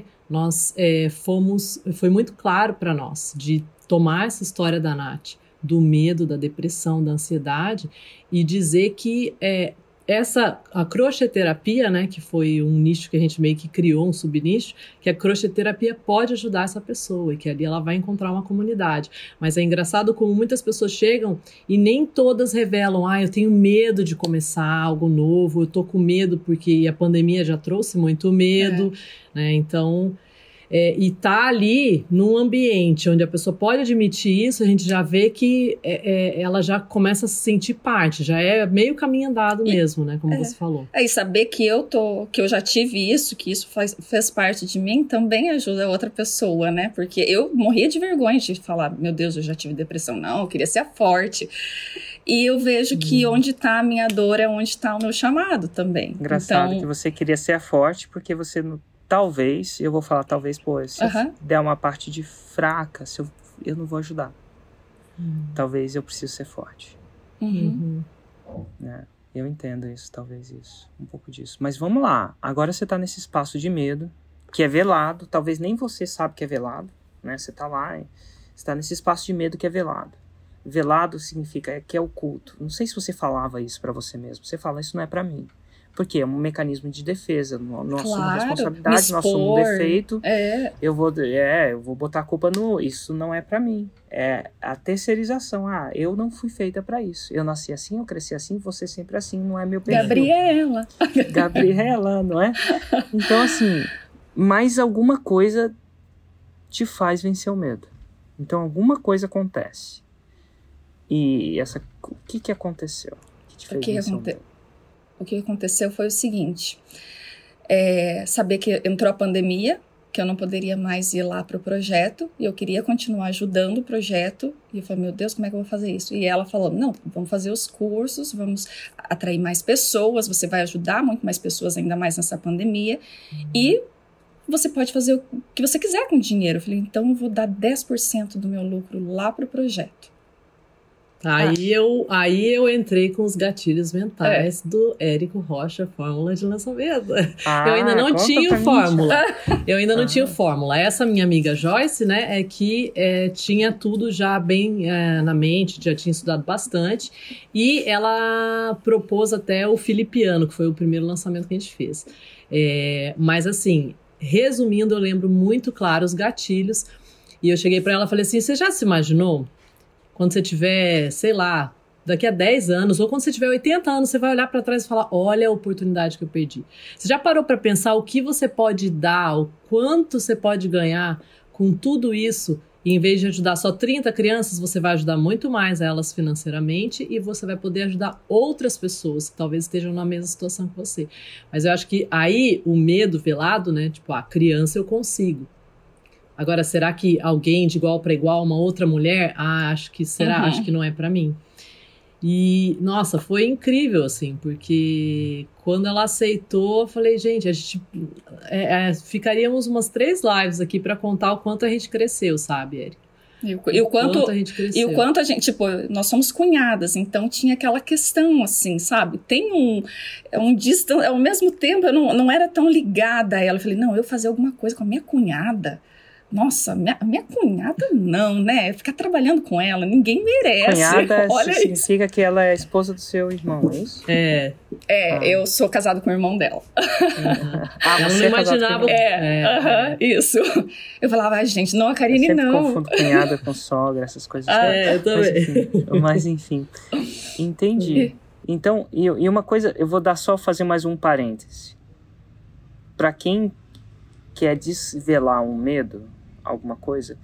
foi muito claro para nós de tomar essa história da Nath, do medo, da depressão, da ansiedade, e dizer que... a crocheterapia, né, que foi um nicho que a gente meio que criou, um subnicho, que a crocheterapia pode ajudar essa pessoa e que ali ela vai encontrar uma comunidade. Mas é engraçado como muitas pessoas chegam e nem todas revelam, eu tenho medo de começar algo novo, eu tô com medo porque a pandemia já trouxe muito medo, né, então... e tá ali num ambiente onde a pessoa pode admitir isso, a gente já vê que ela já começa a se sentir parte, já é meio caminho andado mesmo, né, como você falou. E saber que eu já tive isso, que isso fez parte de mim, também ajuda a outra pessoa, né, porque eu morria de vergonha de falar, meu Deus, eu já tive depressão, não, eu queria ser forte. E eu vejo que onde tá a minha dor é onde tá o meu chamado também. Engraçado então... que você queria ser forte porque você não... Talvez, eu vou falar talvez, se eu der uma parte de fraca, eu não vou ajudar. Talvez eu preciso ser forte. Né? Eu entendo isso, talvez isso, um pouco disso. Mas vamos lá, agora você tá nesse espaço de medo, que é velado, talvez nem você sabe que é velado, né? Você tá lá, você tá nesse espaço de medo que é velado. Velado significa que é oculto. Não sei se você falava isso pra você mesmo, você fala, isso não é pra mim. Porque é um mecanismo de defesa. Nós somos Claro, responsabilidade, nós somos um defeito. Eu vou botar a culpa no... Isso não é pra mim. É a terceirização. Eu não fui feita pra isso. Eu nasci assim, eu cresci assim, você sempre assim, não é meu perfil. Gabriela, não é? Então, assim, mais alguma coisa te faz vencer o medo. Então, alguma coisa acontece. E o que aconteceu? Que te fez vencer o medo? O que aconteceu foi o seguinte, saber que entrou a pandemia, que eu não poderia mais ir lá para o projeto, e eu queria continuar ajudando o projeto, e eu falei, meu Deus, como é que eu vou fazer isso? E ela falou, não, vamos fazer os cursos, vamos atrair mais pessoas, você vai ajudar muito mais pessoas, ainda mais nessa pandemia, e você pode fazer o que você quiser com o dinheiro. Eu falei, então eu vou dar 10% do meu lucro lá para o projeto. Aí eu entrei com os gatilhos mentais do Érico Rocha, Fórmula de Lançamento. Eu ainda não tinha fórmula. Eu ainda não tinha fórmula. Essa minha amiga Joyce, né, tinha tudo já bem na mente, já tinha estudado bastante. E ela propôs até o Filipiano, que foi o primeiro lançamento que a gente fez. Mas assim, resumindo, eu lembro muito claro os gatilhos. E eu cheguei para ela e falei assim, você já se imaginou? Quando você tiver, sei lá, daqui a 10 anos, ou quando você tiver 80 anos, você vai olhar para trás e falar, olha a oportunidade que eu perdi. Você já parou para pensar o que você pode dar, o quanto você pode ganhar com tudo isso? E em vez de ajudar só 30 crianças, você vai ajudar muito mais elas financeiramente e você vai poder ajudar outras pessoas que talvez estejam na mesma situação que você. Mas eu acho que aí o medo velado, né? Tipo, a criança eu consigo. Agora, será que alguém de igual para igual, uma outra mulher? Acho que será, acho que não é para mim. E, nossa, foi incrível, assim, porque quando ela aceitou, eu falei, gente, a gente ficaríamos umas 3 lives aqui para contar o quanto a gente cresceu, sabe, Érica? E o quanto a gente cresceu. E o quanto a gente, tipo, nós somos cunhadas, então tinha aquela questão, assim, sabe? Tem ao mesmo tempo, eu não era tão ligada a ela. Eu falei, não, eu fazer alguma coisa com a minha cunhada... Nossa, minha cunhada não, né? Ficar trabalhando com ela, ninguém merece. Cunhada significa que ela é a esposa do seu irmão, é isso? Eu sou casado com o irmão dela. Ela não imaginava. Isso. Eu falava, gente, não, a Karine não. Eu sempre confundo cunhada com sogra, essas coisas. Eu também. Mas enfim, entendi. Então, e uma coisa, eu vou fazer mais um parêntese. Para quem quer desvelar um medo, alguma coisa,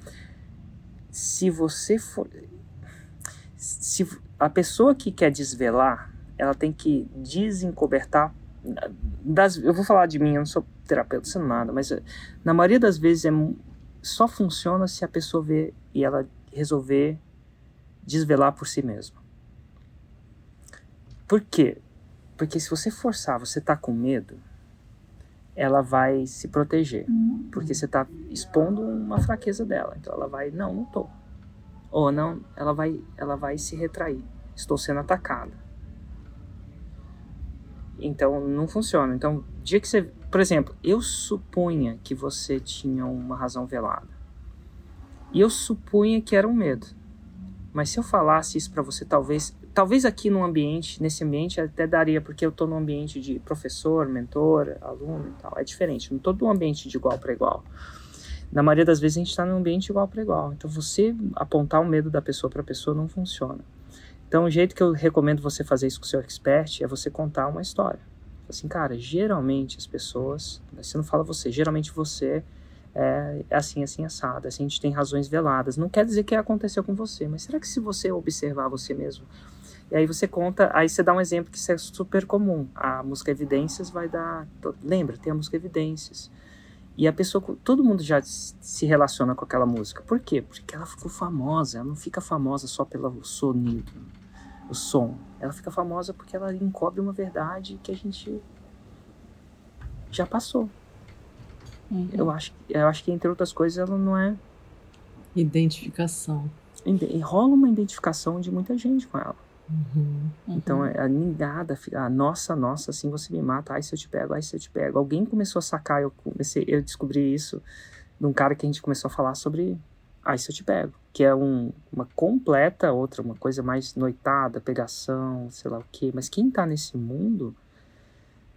se a pessoa que quer desvelar, ela tem que desencobertar eu vou falar de mim, eu não sou terapeuta, não sei nada, mas na maioria das vezes só funciona se a pessoa ver e ela resolver desvelar por si mesma. Por quê? Porque se você forçar, você tá com medo, ela vai se proteger, porque você está expondo uma fraqueza dela. Então ela vai, não tô. Ou não, ela vai se retrair. Estou sendo atacada. Então não funciona. Então, dia que você, por exemplo, eu supunha que você tinha uma razão velada. E eu supunha que era um medo. Mas se eu falasse isso para você, talvez aqui nesse ambiente até daria, porque eu estou num ambiente de professor, mentor, aluno e tal. É diferente, não estou num ambiente de igual para igual. Na maioria das vezes a gente está num ambiente de igual para igual. Então você apontar o medo da pessoa para a pessoa não funciona. Então o jeito que eu recomendo você fazer isso com o seu expert é você contar uma história. Assim, cara, geralmente as pessoas, você não fala você, geralmente você é assim, assado, assim, a gente tem razões veladas. Não quer dizer que aconteceu com você, mas será que se você observar você mesmo, e aí você conta, aí você dá um exemplo que isso é super comum. A música Evidências vai dar, lembra, tem a música Evidências. E a pessoa, todo mundo já se relaciona com aquela música. Por quê? Porque ela ficou famosa, ela não fica famosa só pelo sonido, o som. Ela fica famosa porque ela encobre uma verdade que a gente já passou. Eu acho que, entre outras coisas, ela não é... Identificação. E rola uma identificação de muita gente com ela. Então, a nada, nossa, assim você me mata, ai se eu te pego. Alguém começou a sacar, eu descobri isso de um cara que a gente começou a falar sobre ai se eu te pego. Que é uma completa outra, uma coisa mais noitada, pegação, sei lá o quê. Mas quem tá nesse mundo...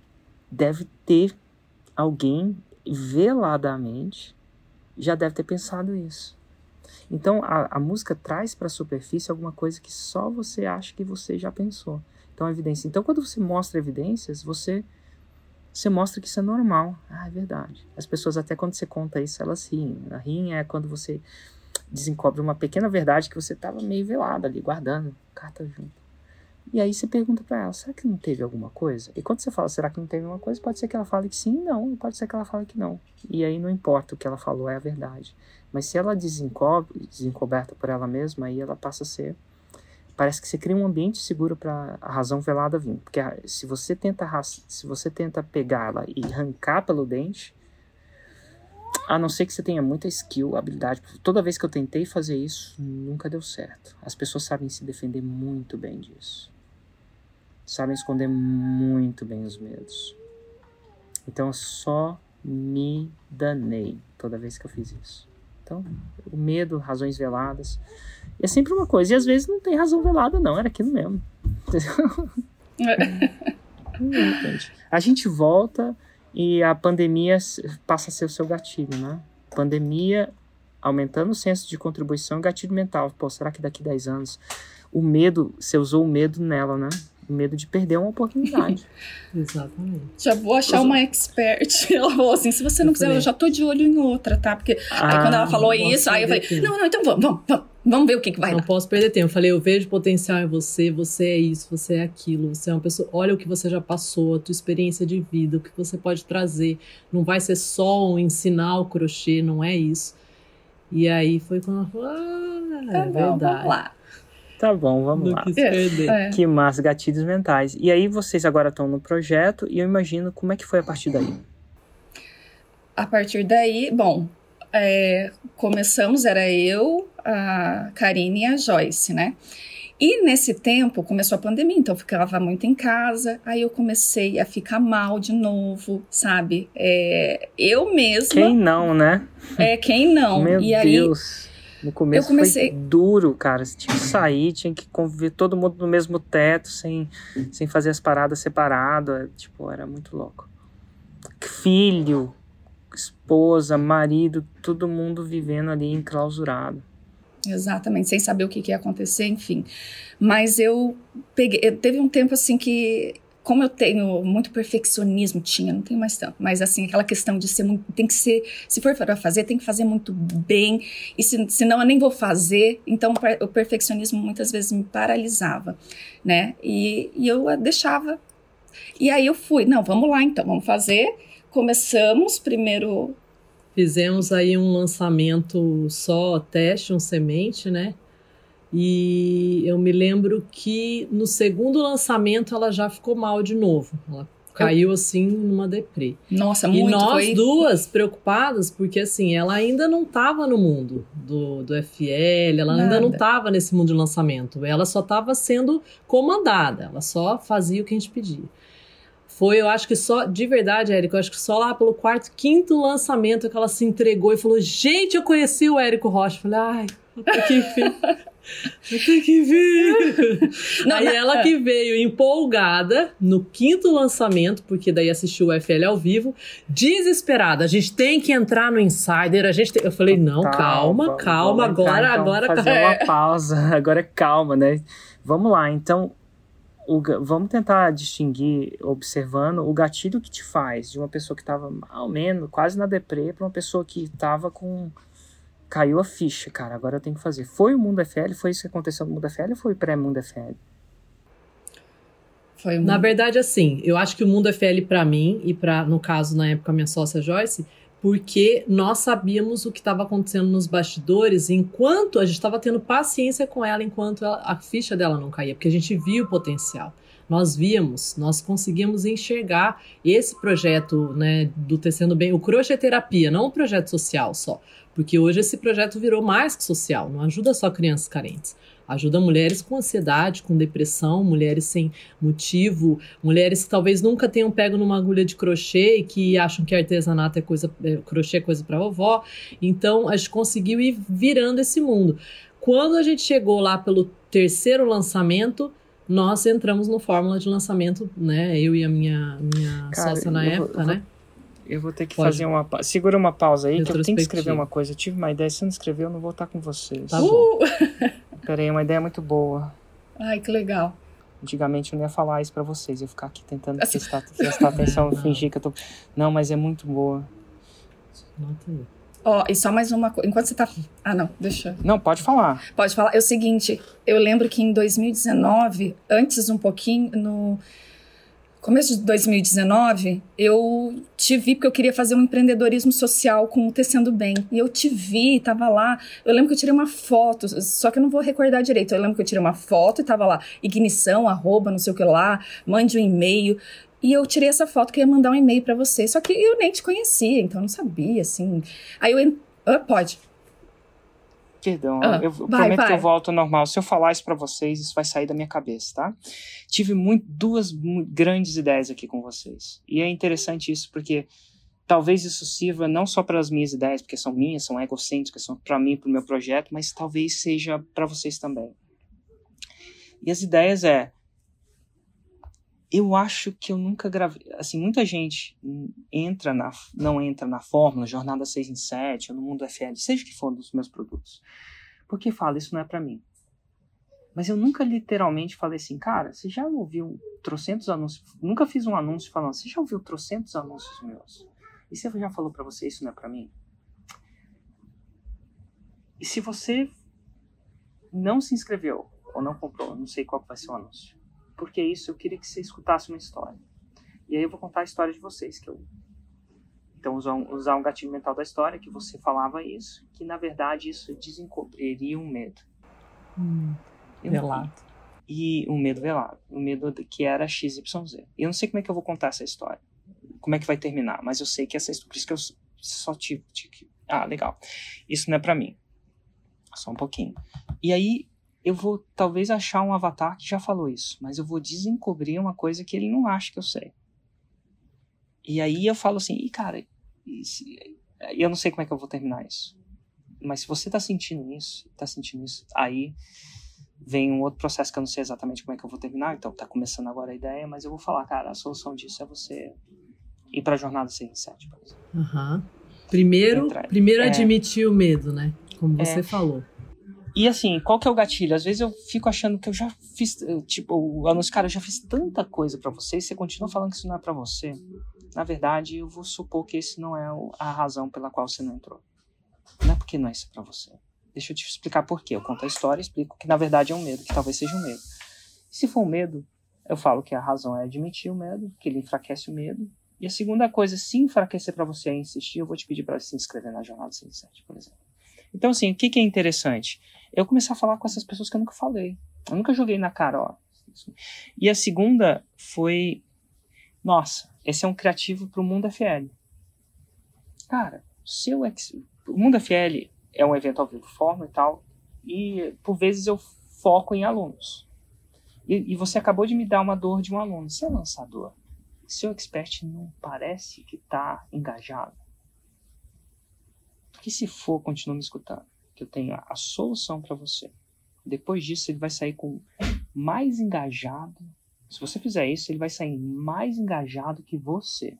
deve ter alguém veladamente já deve ter pensado isso. Então a música traz para a superfície alguma coisa que só você acha que você já pensou. Então a evidência. Então quando você mostra evidências, você mostra que isso é normal. É verdade. As pessoas até quando você conta isso, elas riem. A riem é quando você desencobre uma pequena verdade que você estava meio velado ali, guardando, carta junto. E aí você pergunta pra ela, será que não teve alguma coisa? E quando você fala, será que não teve alguma coisa? Pode ser que ela fale que sim, não. E pode ser que ela fale que não. E aí não importa o que ela falou, é a verdade. Mas se ela desencoberta por ela mesma, aí ela passa a ser... Parece que você cria um ambiente seguro para a razão velada vir. Porque se você tenta pegá-la e arrancar pelo dente, a não ser que você tenha muita skill, habilidade. Toda vez que eu tentei fazer isso, nunca deu certo. As pessoas sabem se defender muito bem disso. Sabem esconder muito bem os medos. Então eu só me danei toda vez que eu fiz isso. Então, o medo, razões veladas. E é sempre uma coisa. E às vezes não tem razão velada, não. Era aquilo mesmo. A gente volta e a pandemia passa a ser o seu gatilho, né? Pandemia aumentando o senso de contribuição e gatilho mental. Pô, será que daqui 10 anos o medo, você usou o medo nela, né? O medo de perder uma oportunidade. Exatamente. Já vou achar uma expert. Ela falou assim, se você não quiser, eu já tô de olho em outra, tá? Porque aí quando ela falou isso, aí eu falei, não, então vamos ver o que vai dar. Não posso perder tempo. Eu falei, eu vejo potencial em você, você é isso, você é aquilo, você é uma pessoa, olha o que você já passou, a tua experiência de vida, o que você pode trazer. Não vai ser só um ensinar o crochê, não é isso. E aí foi quando ela falou, Tá bom, verdade. vamos lá. Tá bom, vamos lá. Quis perder. Que massa, gatilhos mentais. E aí vocês agora estão no projeto e eu imagino como é que foi a partir daí. A partir daí, bom, começamos, era eu, a Karine e a Joyce, né? E nesse tempo começou a pandemia, então eu ficava muito em casa, aí eu comecei a ficar mal de novo, sabe? Eu mesma... Quem não, né? Quem não? Meu e aí, Deus... No começo foi duro, cara. Você tinha que sair, tinha que conviver todo mundo no mesmo teto, sem fazer as paradas separado. Tipo, era muito louco. Filho, esposa, marido, todo mundo vivendo ali enclausurado. Exatamente, sem saber o que ia acontecer, enfim. Mas teve um tempo assim que... Como eu tenho muito perfeccionismo, não tenho mais tanto, mas assim, aquela questão de ser muito, tem que ser, se for para fazer, tem que fazer muito bem, e senão eu nem vou fazer, então o perfeccionismo muitas vezes me paralisava, né, e eu deixava, e aí eu fui, não, vamos lá então, vamos fazer, começamos primeiro... Fizemos aí um lançamento só teste, um semente, né? E eu me lembro que no segundo lançamento ela já ficou mal de novo. Ela caiu assim numa deprê. Nossa, muito. E nós duas preocupadas, porque assim, ela ainda não estava no mundo do FL, ela ainda não estava nesse mundo de lançamento. Ela só estava sendo comandada, ela só fazia o que a gente pedia. Foi, eu acho que só, de verdade, Érico, eu acho que só lá pelo quinto lançamento que ela se entregou e falou, gente, eu conheci o Érico Rocha. Eu falei, até que enfim... Eu tenho que vir. Aí ela que veio empolgada no quinto lançamento, porque daí assistiu o FL ao vivo, desesperada. A gente tem que entrar no Insider. Eu falei, não, calma. Agora fazer uma pausa. Agora calma, né? Vamos lá, então. Vamos tentar distinguir, observando o gatilho que te faz de uma pessoa que estava ao menos quase na deprê para uma pessoa que estava com... Caiu a ficha, cara, agora eu tenho que fazer. Foi o Mundo FL? Foi isso que aconteceu no Mundo FL ou foi pré-Mundo FL? Na verdade, assim, eu acho que o Mundo FL pra mim e no caso, na época, a minha sócia Joyce, porque nós sabíamos o que estava acontecendo nos bastidores enquanto a gente estava tendo paciência com ela enquanto a ficha dela não caía, porque a gente via o potencial. Nós conseguimos enxergar esse projeto, né, do Tecendo Bem, o Crochê Terapia, não um projeto social só, porque hoje esse projeto virou mais que social, não ajuda só crianças carentes, ajuda mulheres com ansiedade, com depressão, mulheres sem motivo, mulheres que talvez nunca tenham pego numa agulha de crochê e que acham que artesanato crochê é coisa para vovó. Então a gente conseguiu ir virando esse mundo. Quando a gente chegou lá pelo terceiro lançamento, nós entramos no Fórmula de Lançamento, né? Eu e a minha Cara, sócia na época, né? Eu vou ter que Pode. fazer uma... Segura uma pausa aí, que eu tenho que escrever Retrospectiva. uma coisa. Eu tive uma ideia, se eu não escrever, eu não vou estar com vocês. Tá bom. Peraí, uma ideia muito boa. Ai, que legal. Antigamente eu não ia falar isso pra vocês, eu ia ficar aqui tentando Assim. prestar atenção, Não. fingir que eu tô... Não, mas é muito boa. Anota aí. Ó, e só mais uma coisa. Enquanto você tá... Ah, não, deixa. Não, pode falar. Pode falar. É o seguinte, eu lembro que em 2019, antes um pouquinho, no começo de 2019, eu te vi porque eu queria fazer um empreendedorismo social com o Tecendo Bem. E eu te vi, tava lá. Eu lembro que eu tirei uma foto, só que eu não vou recordar direito. Eu lembro que eu tirei uma foto e tava lá, ignição, @, não sei o que lá, mande um e-mail. E eu tirei essa foto que eu ia mandar um e-mail pra você. Só que eu nem te conhecia, então eu não sabia, assim. Aí pode. Perdão, eu vai, prometo vai. que eu volto ao normal. Se eu falar isso pra vocês, isso vai sair da minha cabeça, tá? Tive duas grandes ideias aqui com vocês. E é interessante isso, porque talvez isso sirva não só para as minhas ideias, porque são minhas, são egocêntricas, são para mim, para o meu projeto, mas talvez seja para vocês também. E as ideias eu acho que eu nunca gravei... Assim, muita gente não entra na Fórmula, Jornada 6 em 7, ou no Mundo FL, seja o que for dos meus produtos. Porque fala, isso não é pra mim. Mas eu nunca literalmente falei assim, cara, você já ouviu trocentos anúncios? Nunca fiz um anúncio falando, você já ouviu trocentos anúncios meus? E você já falou pra você, isso não é pra mim? E se você não se inscreveu, ou não comprou, não sei qual vai ser o anúncio. Porque isso, eu queria que você escutasse uma história. E aí eu vou contar a história de vocês. Então, usar um gatilho mental da história, que você falava isso, que na verdade isso desencobriria um medo. Velado. E um medo velado. Um medo que era XYZ. E eu não sei como é que eu vou contar essa história. Como é que vai terminar. Mas eu sei que essa história... Por isso que eu só tive... Ah, legal. Isso não é pra mim. Só um pouquinho. E aí... eu vou talvez achar um avatar que já falou isso, mas eu vou desencobrir uma coisa que ele não acha que eu sei. E aí eu falo assim, cara, eu não sei como é que eu vou terminar isso. Mas se você tá sentindo isso, aí vem um outro processo que eu não sei exatamente como é que eu vou terminar, então tá começando agora a ideia, mas eu vou falar, cara, a solução disso é você ir pra jornada 6 em 7, por exemplo. Uhum. Primeiro admitir o medo, né? Como você falou. E assim, qual que é o gatilho? Às vezes eu fico achando que eu já fiz, o anúncio, cara, eu já fiz tanta coisa pra você, e você continua falando que isso não é pra você. Na verdade, eu vou supor que esse não é a razão pela qual você não entrou. Não é porque não é isso pra você. Deixa eu te explicar por quê. Eu conto a história e explico que na verdade é um medo, que talvez seja um medo. E se for um medo, eu falo que a razão é admitir o medo, que ele enfraquece o medo. E a segunda coisa, se enfraquecer pra você e insistir, eu vou te pedir pra se inscrever na Jornada 107, por exemplo. Então, assim, o que é interessante? Eu comecei a falar com essas pessoas que eu nunca falei. Eu nunca joguei na cara, ó. E a segunda foi... Nossa, esse é um criativo pro Mundo FL. Cara, o Mundo FL é um evento ao vivo, Fórmula e tal, e por vezes eu foco em alunos. E você acabou de me dar uma dor de um aluno. Você é lançador? Seu expert não parece que tá engajado? Porque se for, continua me escutando, que eu tenho a solução para você. Depois disso, ele vai sair com mais engajado. Se você fizer isso, ele vai sair mais engajado que você.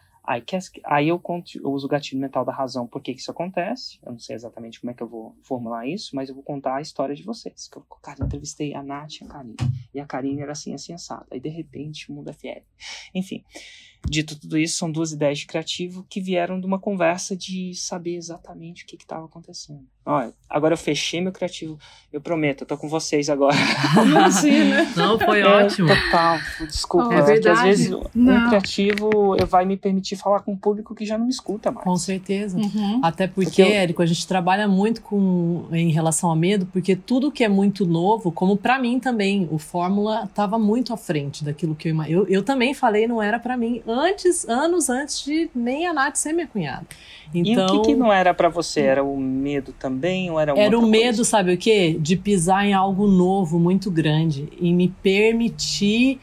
Aí eu uso o gatilho mental da razão por que isso acontece. Eu não sei exatamente como é que eu vou formular isso, mas eu vou contar a história de vocês. Cara, eu entrevistei a Nath e a Karine. E a Karine era assim assada. Aí, de repente, o Mundo FL. Enfim, dito tudo isso, são duas ideias de criativo que vieram de uma conversa de saber exatamente o que estava acontecendo. Olha, agora eu fechei meu criativo. Eu prometo, eu tô com vocês agora. Sim, né? Não, foi ótimo. Total, desculpa. É verdade. Às vezes um criativo vai me permitir falar com um público que já não me escuta mais. Com certeza. Uhum. Até porque, Érico, a gente trabalha muito em relação a medo, porque tudo que é muito novo, como pra mim também, o Fórmula estava muito à frente daquilo que eu também falei, não era pra mim, anos antes de nem a Nath ser minha cunhada. Então, e o que não era pra você? Era o medo também? Ou era o medo, coisa? sabe o quê? De pisar em algo novo, muito grande, e me permitir,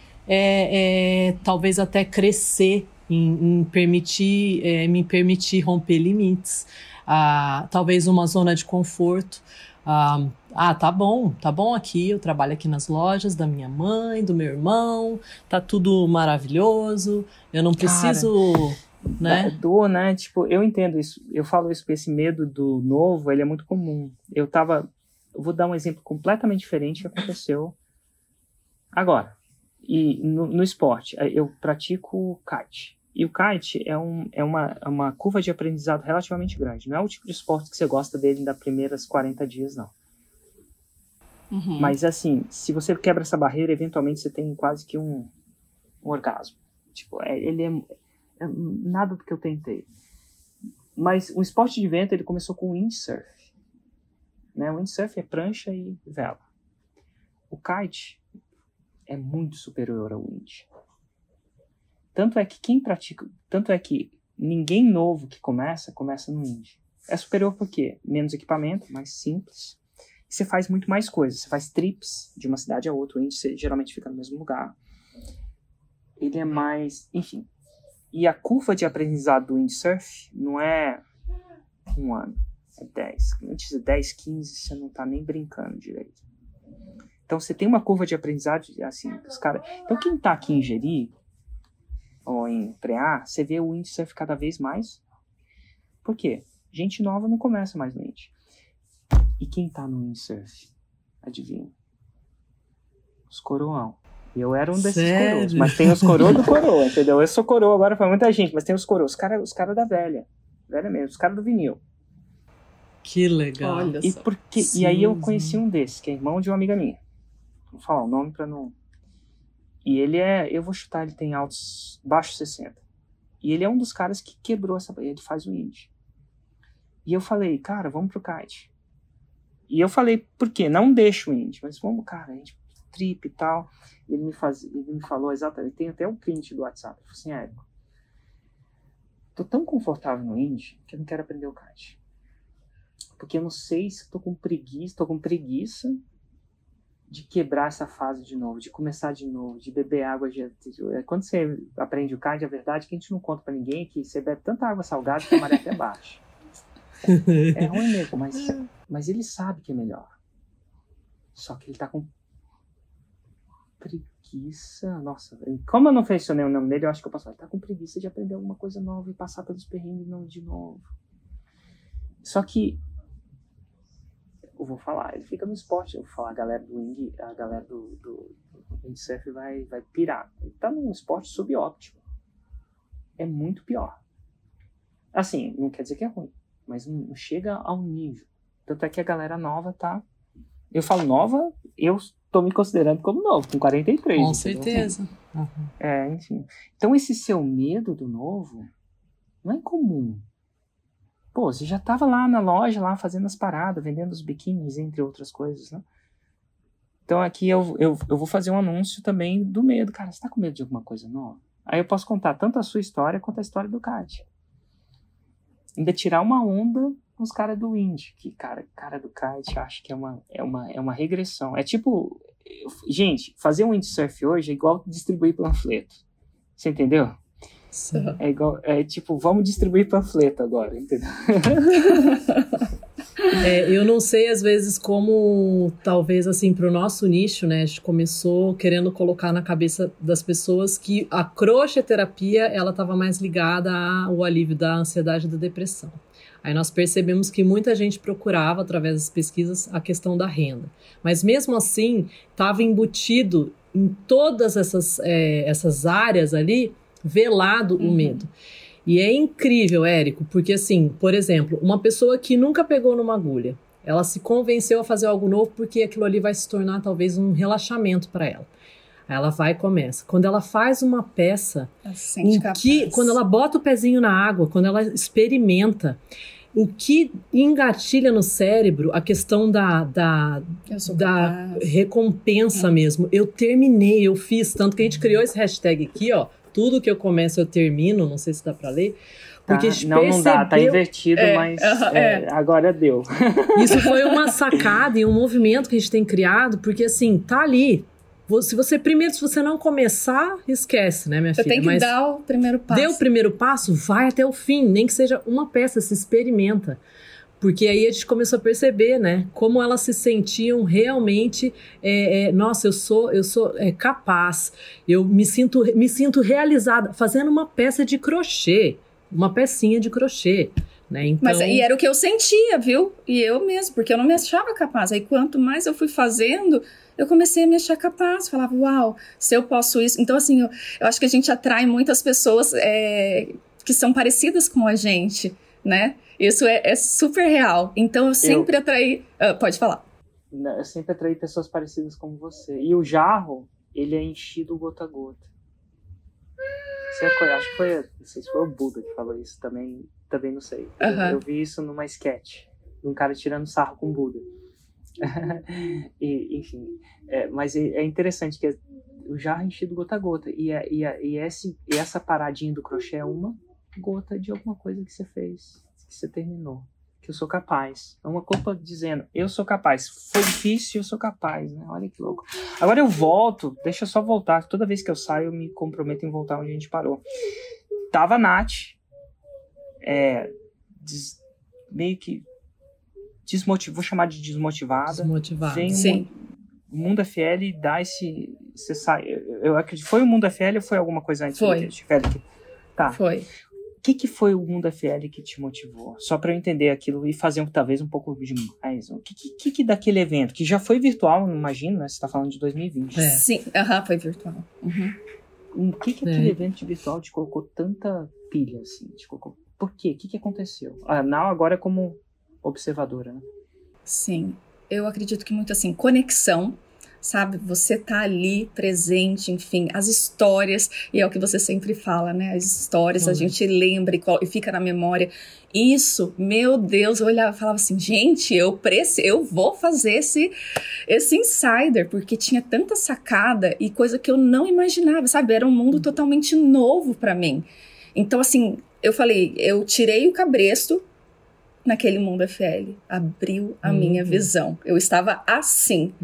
talvez até crescer, me permitir romper limites, talvez uma zona de conforto, Tá bom aqui, eu trabalho aqui nas lojas da minha mãe, do meu irmão, tá tudo maravilhoso, eu não preciso, né? Tipo, eu entendo isso, eu falo isso porque esse medo do novo, ele é muito comum. Eu vou dar um exemplo completamente diferente que aconteceu agora. E no esporte, eu pratico kite. E o kite é uma curva de aprendizado relativamente grande. Não é o tipo de esporte que você gosta dele nas primeiras 40 dias, não. Uhum. Mas, assim, se você quebra essa barreira, eventualmente você tem quase que um orgasmo. Tipo, ele é nada do que eu tentei. Mas o esporte de vento, ele começou com o windsurf. Né? O windsurf é prancha e vela. O kite é muito superior ao wind. Tanto é que ninguém novo que começa no wind. É superior por quê? Menos equipamento, mais simples. E você faz muito mais coisas. Você faz trips de uma cidade a outra. O wind você geralmente fica no mesmo lugar. Ele é mais... Enfim. E a curva de aprendizado do windsurf não é 1 ano. É 10. Antes de 10, 15, você não tá nem brincando direito. Então você tem uma curva de aprendizado assim, os caras... Então quem tá aqui em Jeri ou em Preá, você vê o windsurf cada vez mais. Por quê? Gente nova não começa mais no wind. E quem tá no windsurf? Adivinha? Os coroão. E eu era um desses coroas. Mas tem os coroas do coroa, entendeu? Eu sou coroa agora pra muita gente, mas tem os coroas. Os cara da velha. Velha mesmo, os caras do vinil. Que legal. Olha e, só. E aí eu conheci um desses, que é irmão de uma amiga minha. Vou falar o nome pra não... E ele eu vou chutar, ele tem altos, baixos 60. E ele é um dos caras que quebrou essa... Ele faz o wind. E eu falei, cara, vamos pro kite. E eu falei, por quê? Não deixa o wind, mas vamos, cara, a gente trip e tal. Ele me falou exatamente, tem até um print do WhatsApp. Ele falou assim, Érico, tô tão confortável no wind que eu não quero aprender o kite. Porque eu não sei se tô com preguiça de quebrar essa fase de novo, de começar de novo, de beber água. Quando você aprende o kite, a verdade é que a gente não conta pra ninguém que você bebe tanta água salgada que a maré até baixa. É ruim mesmo, mas ele sabe que é melhor. Só que ele tá com preguiça. Nossa, como eu não mencionei o nome dele, eu acho que eu posso falar. Ele tá com preguiça de aprender alguma coisa nova e passar pelos perrengues de novo. Só que eu vou falar, ele fica no esporte. Eu vou falar, a galera do windsurf vai pirar. Ele tá num esporte subóptimo. É muito pior. Assim, não quer dizer que é ruim, mas não chega ao nível. Tanto é que a galera nova tá... Eu falo nova, eu tô me considerando como novo, com 43. Com certeza. Uhum. Enfim. Então esse seu medo do novo não é comum. Pô, você já tava lá na loja, lá fazendo as paradas, vendendo os biquínis, entre outras coisas, né? Então aqui eu vou fazer um anúncio também do medo. Cara, você tá com medo de alguma coisa nova? Aí eu posso contar tanto a sua história quanto a história do kite. Ainda tirar uma onda com os caras do wind. Que cara do kite, eu acho que é uma regressão. É tipo... Gente, fazer um windsurf hoje é igual distribuir panfleto. Você entendeu? É igual, tipo, vamos distribuir panfleto agora, entendeu? Eu não sei, às vezes, como, talvez, assim, pro nosso nicho, né, a gente começou querendo colocar na cabeça das pessoas que a crochetoterapia, ela estava mais ligada ao alívio da ansiedade e da depressão. Aí nós percebemos que muita gente procurava, através das pesquisas, a questão da renda. Mas, mesmo assim, estava embutido em todas essas áreas ali, velado o medo. E é incrível, Érico, porque assim, por exemplo, uma pessoa que nunca pegou numa agulha, ela se convenceu a fazer algo novo porque aquilo ali vai se tornar talvez um relaxamento para ela. Aí ela vai e começa. Quando ela faz uma peça, quando ela bota o pezinho na água, quando ela experimenta, o que engatilha no cérebro a questão da recompensa mesmo. Eu terminei, eu fiz, tanto que a gente criou esse hashtag aqui, ó, tudo que eu começo eu termino, não sei se dá pra ler. Porque não dá, tá invertido, mas agora deu. Isso foi uma sacada e um movimento que a gente tem criado, porque assim, tá ali. Se você não começar, esquece, né, minha filha? Você tem que dar o primeiro passo. Dê o primeiro passo, vai até o fim, nem que seja uma peça, se experimenta. Porque aí a gente começou a perceber, né? Como elas se sentiam realmente, nossa, eu sou capaz, eu me sinto realizada fazendo uma peça de crochê, uma pecinha de crochê. Né? Então... Mas e era o que eu sentia, viu? E eu mesmo, porque eu não me achava capaz. Aí quanto mais eu fui fazendo, eu comecei a me achar capaz. Falava, uau, se eu posso isso. Então, assim, eu acho que a gente atrai muitas pessoas que são parecidas com a gente, né? Isso é super real. Então, eu sempre atraí... pode falar. Eu sempre atraí pessoas parecidas com você. E o jarro, ele é enchido gota a gota. Acho que foi... Não sei se foi o Buda que falou isso também não sei. Eu vi isso numa sketch, de um cara tirando sarro com o Buda. Enfim, mas é interessante que o jarro é enchido gota a gota. E essa paradinha do crochê é uma gota de alguma coisa que você fez, que você terminou. Que eu sou capaz. É uma copa dizendo, eu sou capaz. Foi difícil, eu sou capaz, né? Olha que louco. Agora eu volto, deixa eu só voltar. Toda vez que eu saio, eu me comprometo em voltar onde a gente parou. Tava a Nath, meio que vou chamar de desmotivada. Vem o Mundo FL dá esse... Você sai, eu acredito, foi o Mundo FL ou foi alguma coisa antes? Foi. Tá. Foi. O que foi o Mundo FL que te motivou? Só para eu entender aquilo e fazer talvez um pouco de mais. O que daquele evento, que já foi virtual, não imagino, né? Você está falando de 2020. Sim, foi virtual. O que aquele evento de virtual te colocou tanta pilha, assim? Por quê? O que aconteceu? Não, agora como observadora, né? Sim, eu acredito que muito assim, conexão, sabe? Você tá ali presente, enfim, as histórias, e é o que você sempre fala, né? As histórias, a gente lembra e fica na memória. Isso, meu Deus, eu olhava e falava assim, gente, eu vou fazer esse insider, porque tinha tanta sacada e coisa que eu não imaginava, sabe? Era um mundo totalmente novo pra mim. Então, assim, eu falei, eu tirei o cabresto naquele Mundo FL, abriu a minha visão. Eu estava assim.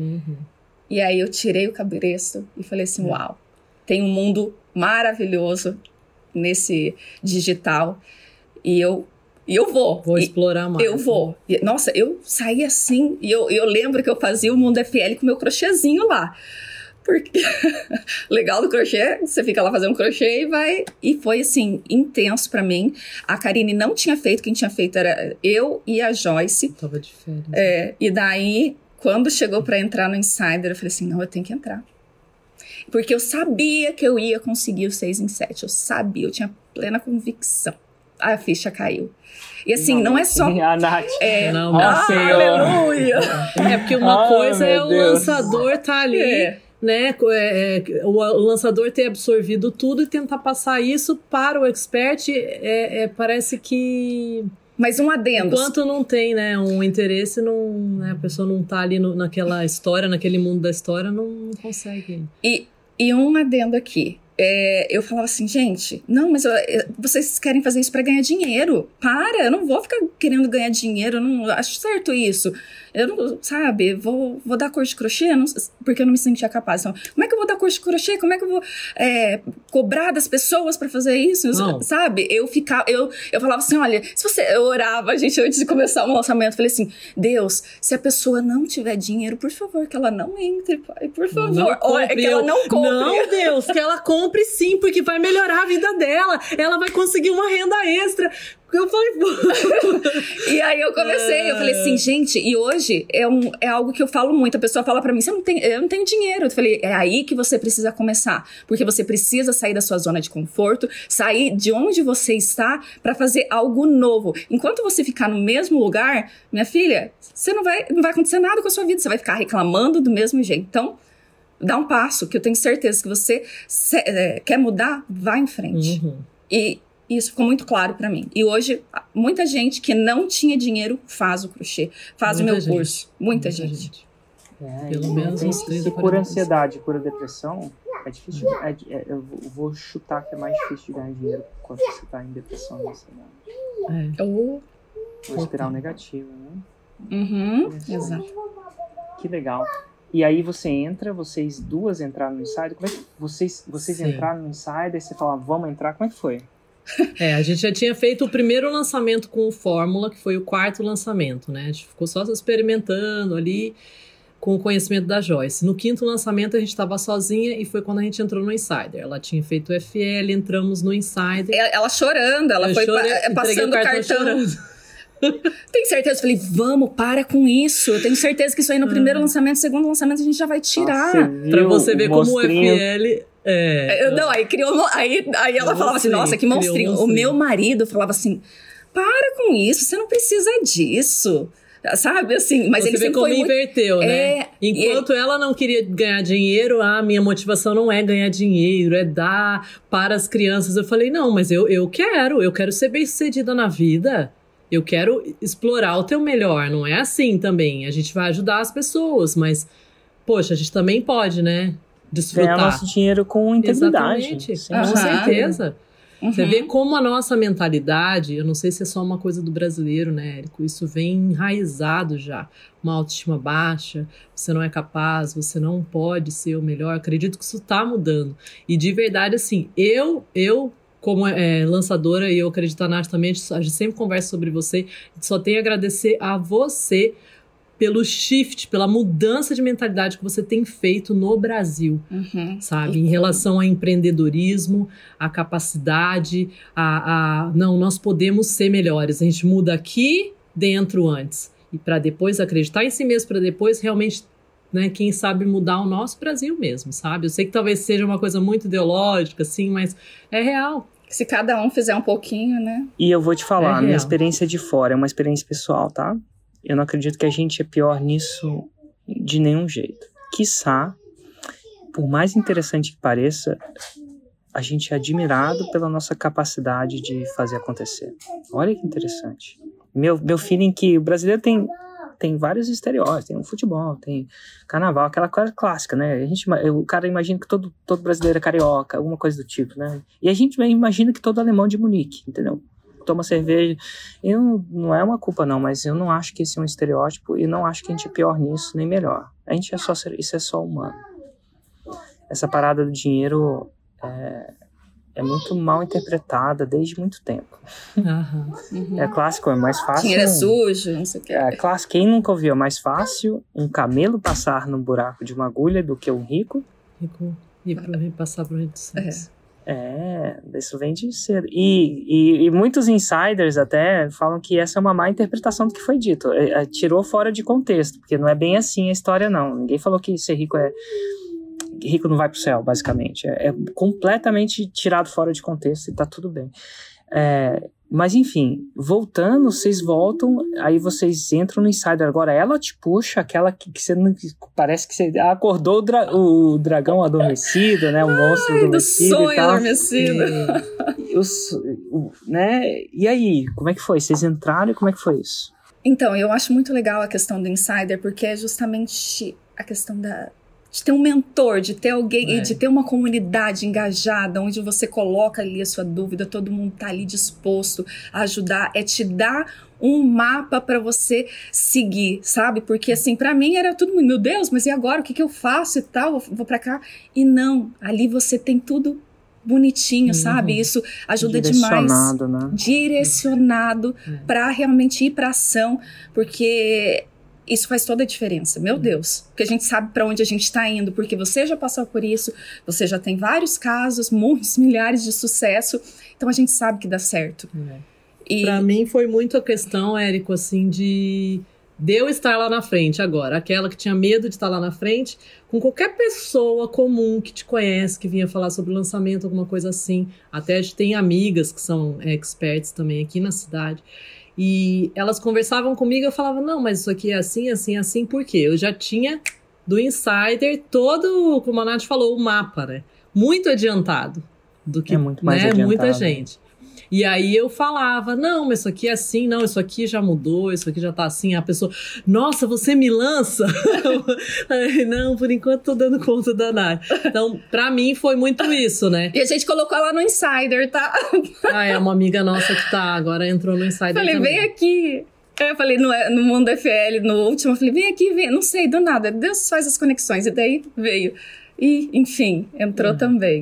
E aí eu tirei o cabresto e falei assim, uau, tem um mundo maravilhoso nesse digital e eu vou. Vou explorar mais. Eu vou. Nossa, eu saí assim e eu lembro que eu fazia o Mundo FL com meu crochêzinho lá. Porque legal do crochê, você fica lá fazendo crochê e vai. E foi assim, intenso pra mim. A Karine não tinha feito, quem tinha feito era eu e a Joyce. Tava de férias. E daí, quando chegou pra entrar no Insider, eu falei assim, não, eu tenho que entrar. Porque eu sabia que eu ia conseguir o 6 em 7. Eu sabia, eu tinha plena convicção. A ficha caiu. E assim, não é só... A Nath. Não, aleluia! É porque uma coisa é o lançador tá ali... Né, o lançador ter absorvido tudo e tentar passar isso para o expert, parece que... Mas um adendo. Enquanto não tem, né, um interesse, a pessoa não tá ali naquela história, naquele mundo da história, não consegue. E um adendo aqui. Eu falava assim, gente, não, mas vocês querem fazer isso para ganhar dinheiro. Eu não vou ficar querendo ganhar dinheiro, eu não acho certo isso. Eu não, sabe, vou dar curso de crochê, porque eu não me sentia capaz. Então, como é que eu vou dar curso de crochê? Como é que eu vou cobrar das pessoas para fazer isso? Sabe? Eu falava assim, olha, eu orava, gente, antes de começar o lançamento, falei assim, Deus, se a pessoa não tiver dinheiro, por favor, que ela não entre, pai, por favor. Que ela não compre. Não, Deus, que ela compre sim, porque vai melhorar a vida dela. Ela vai conseguir uma renda extra. Eu falei, e aí eu comecei, eu falei assim, gente, e hoje é algo que eu falo muito, a pessoa fala pra mim, eu não tenho dinheiro. Eu falei, é aí que você precisa começar, porque você precisa sair da sua zona de conforto, sair de onde você está pra fazer algo novo. Enquanto você ficar no mesmo lugar, minha filha, você não vai acontecer nada com a sua vida, você vai ficar reclamando do mesmo jeito. Então, dá um passo, que eu tenho certeza que você quer mudar, vá em frente. E isso ficou muito claro pra mim. E hoje, muita gente que não tinha dinheiro faz o crochê, faz o meu curso. Muita gente. Pelo menos uns 30, se por ansiedade, por depressão, é difícil. Eu vou chutar que é mais difícil de ganhar dinheiro quando você tá em depressão e ansiedade. Uma espiral negativa, né? Exato. Que legal. E aí vocês duas entraram no Insider. Como é que vocês entraram no Insider e você fala, vamos entrar? Como é que foi? A gente já tinha feito o primeiro lançamento com o Fórmula, que foi o 4º lançamento, né? A gente ficou só experimentando ali com o conhecimento da Joyce. No 5º lançamento a gente estava sozinha e foi quando a gente entrou no Insider. Ela tinha feito o FL, entramos no Insider. Ela chorando, ela foi passando o cartão. Tenho certeza, eu falei, vamos, para com isso. Eu tenho certeza que isso aí no primeiro lançamento, segundo lançamento a gente já vai tirar. Pra você ver como o FL... Não, aí ela falava assim, nossa, que monstrinho. O meu marido falava assim, para com isso, você não precisa disso. Sabe, assim, mas você ele vê sempre como foi inverteu, né? Enquanto ela não queria ganhar dinheiro, a minha motivação não é ganhar dinheiro, é dar para as crianças. Eu falei, não, mas eu quero ser bem-sucedida na vida. Eu quero explorar o teu melhor. Não é assim também. A gente vai ajudar as pessoas, mas, poxa, a gente também pode, né? Desfrutar. Ganhar nosso dinheiro com integridade. Exatamente, com certeza. Você vê como a nossa mentalidade, eu não sei se é só uma coisa do brasileiro, né, Érico? Isso vem enraizado já. Uma autoestima baixa, você não é capaz, você não pode ser o melhor. Acredito que isso tá mudando. E de verdade, assim, eu como lançadora, e eu acredito, Nath, também, a gente sempre conversa sobre você, só tenho a agradecer a você pelo shift, pela mudança de mentalidade que você tem feito no Brasil, sabe? Em relação ao empreendedorismo, à capacidade, não, nós podemos ser melhores. A gente muda aqui dentro antes. E para depois acreditar em si mesmo, para depois realmente, né, quem sabe mudar o nosso Brasil mesmo, sabe? Eu sei que talvez seja uma coisa muito ideológica, assim, mas é real. Se cada um fizer um pouquinho, né? E eu vou te falar, minha experiência de fora é uma experiência pessoal, tá? Eu não acredito que a gente é pior nisso de nenhum jeito. Quiçá, por mais interessante que pareça, a gente é admirado pela nossa capacidade de fazer acontecer. Olha que interessante. Meu feeling que o brasileiro tem vários estereótipos, tem o futebol, tem carnaval, aquela coisa clássica, né? O cara imagina que todo brasileiro é carioca, alguma coisa do tipo, né? E a gente imagina que todo alemão é de Munique, entendeu? Toma cerveja. Não é uma culpa não, mas eu não acho que esse é um estereótipo e não acho que a gente é pior nisso, nem melhor. Isso é só humano. Essa parada do dinheiro é muito mal interpretada desde muito tempo. É clássico, é mais fácil... Dinheiro é sujo, não sei o que. É clássico, quem nunca ouviu, é mais fácil um camelo passar no buraco de uma agulha do que um rico. E passar por um sucesso. Isso vem de cedo. E muitos insiders até falam que essa é uma má interpretação do que foi dito. Tirou fora de contexto, porque não é bem assim a história, não. Ninguém falou que ser rico rico não vai pro céu, basicamente. É completamente tirado fora de contexto e tá tudo bem. Mas enfim, voltando, vocês voltam, aí vocês entram no Insider. Agora ela te puxa, aquela que você não... Parece que você acordou o dragão adormecido, né? O monstro adormecido do sonho e tal. Adormecido. Né? E aí, como é que foi? Vocês entraram e como é que foi isso? Então, eu acho muito legal a questão do Insider, porque é justamente a questão de ter um mentor, de ter alguém, de ter uma comunidade engajada, onde você coloca ali a sua dúvida, todo mundo tá ali disposto a ajudar, te dar um mapa para você seguir, sabe? Porque assim, para mim era tudo muito, meu Deus, mas e agora? O que eu faço e tal? Vou para cá? E não, ali você tem tudo bonitinho, sabe? Isso ajuda demais. Né? Direcionado para realmente ir pra ação, porque... Isso faz toda a diferença, meu Deus. Porque a gente sabe para onde a gente está indo, porque você já passou por isso, você já tem vários casos, muitos, milhares de sucesso, então a gente sabe que dá certo. Para mim foi muito a questão, Érico, assim, de eu estar lá na frente agora. Aquela que tinha medo de estar lá na frente, com qualquer pessoa comum que te conhece, que vinha falar sobre lançamento, alguma coisa assim. Até a gente tem amigas que são experts também aqui na cidade. E elas conversavam comigo, eu falava, não, mas isso aqui é assim, assim, assim, por quê? Eu já tinha do Insider todo, como a Nath falou, o mapa, né? Muito adiantado do que, muito mais adiantado. Muita gente. E aí eu falava, não, mas isso aqui é assim, não, isso aqui já mudou, isso aqui já tá assim. A pessoa, nossa, você me lança? Não, por enquanto tô dando conta da Nath. Então, pra mim foi muito isso, né? E a gente colocou ela no Insider, tá? É uma amiga nossa que agora entrou no Insider. Falei, também. Vem aqui. Eu falei, no Mundo FL, no último, eu falei, vem aqui, vem. Não sei, do nada, Deus faz as conexões. E daí veio. E, enfim, entrou também.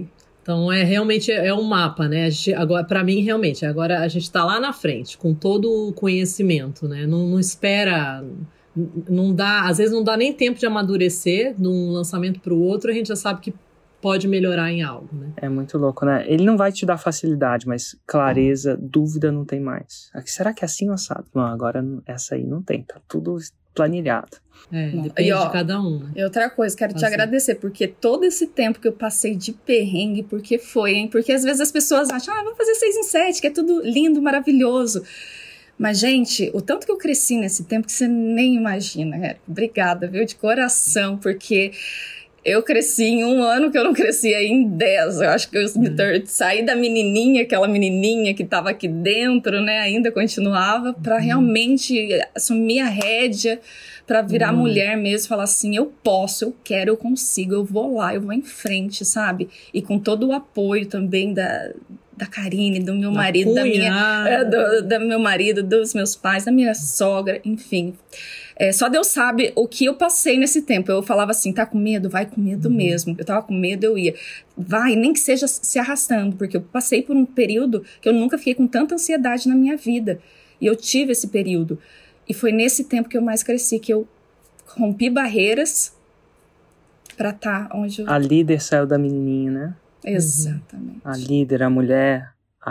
Então, realmente é um mapa, né? Agora, para mim, realmente, agora a gente está lá na frente, com todo o conhecimento, né? Não espera, não dá, às vezes não dá nem tempo de amadurecer de um lançamento para o outro, a gente já sabe que pode melhorar em algo, né? É muito louco, né? Ele não vai te dar facilidade, mas clareza, dúvida não tem mais. Será que é assim ou assado? Não, agora essa aí não tem, tá tudo planilhado. Depende de cada um. Né? E outra coisa, quero te agradecer, porque todo esse tempo que eu passei de perrengue, porque foi, hein? Porque às vezes as pessoas acham, vamos fazer 6 em 7, que é tudo lindo, maravilhoso. Mas, gente, o tanto que eu cresci nesse tempo que você nem imagina, Érico. Obrigada, viu? De coração, porque eu cresci em 1 ano que eu não crescia em 10. Eu acho que eu saí da menininha, aquela menininha que estava aqui dentro, né? Ainda continuava, para realmente assumir a rédea, para virar mulher mesmo, falar assim, eu posso, eu quero, eu consigo, eu vou lá, eu vou em frente, sabe? E com todo o apoio também da Karine, do meu marido, do meu marido, dos meus pais, da minha sogra, enfim. Só Deus sabe o que eu passei nesse tempo. Eu falava assim, tá com medo? Vai com medo mesmo. Eu tava com medo, eu ia. Vai, nem que seja se arrastando, porque eu passei por um período que eu nunca fiquei com tanta ansiedade na minha vida. E eu tive esse período. E foi nesse tempo que eu mais cresci, que eu rompi barreiras pra estar onde eu... A líder saiu da menininha, né? Exatamente. A líder, a mulher,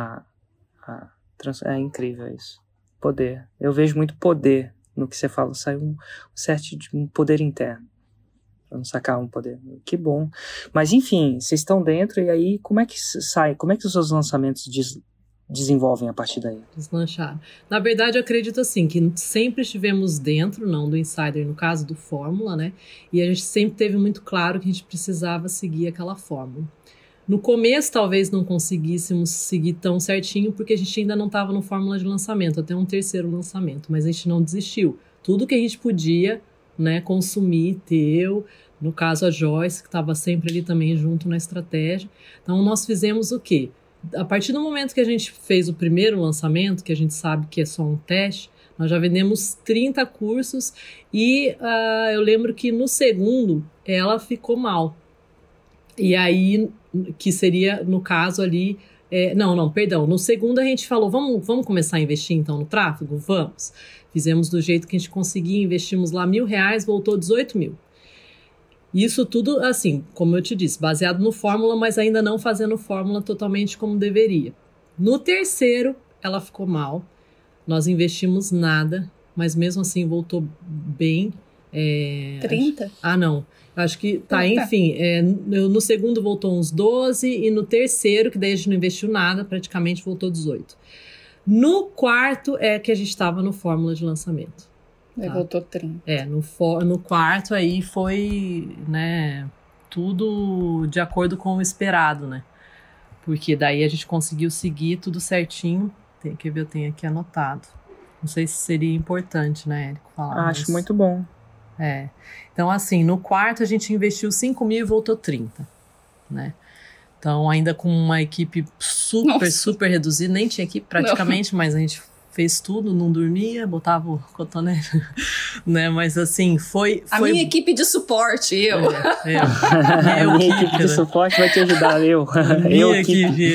é incrível isso. Poder. Eu vejo muito poder no que você fala. Sai um certo de um poder interno. Pra não sacar um poder. Que bom. Mas, enfim, vocês estão dentro e aí, como é que sai? Como é que os seus lançamentos desenvolvem a partir daí? Deslancharam. Na verdade, eu acredito assim, que sempre estivemos dentro, não do Insider, no caso do Fórmula, né? E a gente sempre teve muito claro que a gente precisava seguir aquela fórmula. No começo, talvez não conseguíssemos seguir tão certinho, porque a gente ainda não estava no Fórmula de lançamento, até um 3º lançamento, mas a gente não desistiu. Tudo que a gente podia, né, consumir, no caso a Joyce, que estava sempre ali também junto na estratégia. Então, nós fizemos o quê? A partir do momento que a gente fez o primeiro lançamento, que a gente sabe que é só um teste, nós já vendemos 30 cursos e eu lembro que no segundo ela ficou mal. E aí, que seria, no caso ali... no segundo a gente falou, vamos começar a investir então no tráfego? Vamos. Fizemos do jeito que a gente conseguia, investimos lá R$1.000, voltou 18 mil. Isso tudo, assim, como eu te disse, baseado no Fórmula, mas ainda não fazendo Fórmula totalmente como deveria. No terceiro, ela ficou mal. Nós investimos nada, mas mesmo assim voltou bem. 30? Não. Acho que, enfim, no segundo voltou uns 12 e no terceiro, que daí a gente não investiu nada, praticamente voltou 18. No quarto é que a gente estava no Fórmula de lançamento. Aí voltou 30. No quarto aí foi, né, tudo de acordo com o esperado, né? Porque daí a gente conseguiu seguir tudo certinho. Quer ver, eu tenho aqui anotado. Não sei se seria importante, né, Érico, falar. Acho muito bom. Então, assim, no quarto a gente investiu 5 mil e voltou 30, né? Então, ainda com uma equipe super reduzida, nem tinha equipe praticamente, mas a gente fez tudo, não dormia, botava o cotonete, né? Mas assim, foi... A minha equipe de suporte, eu. A minha equipe de suporte vai te ajudar, eu. A minha equipe.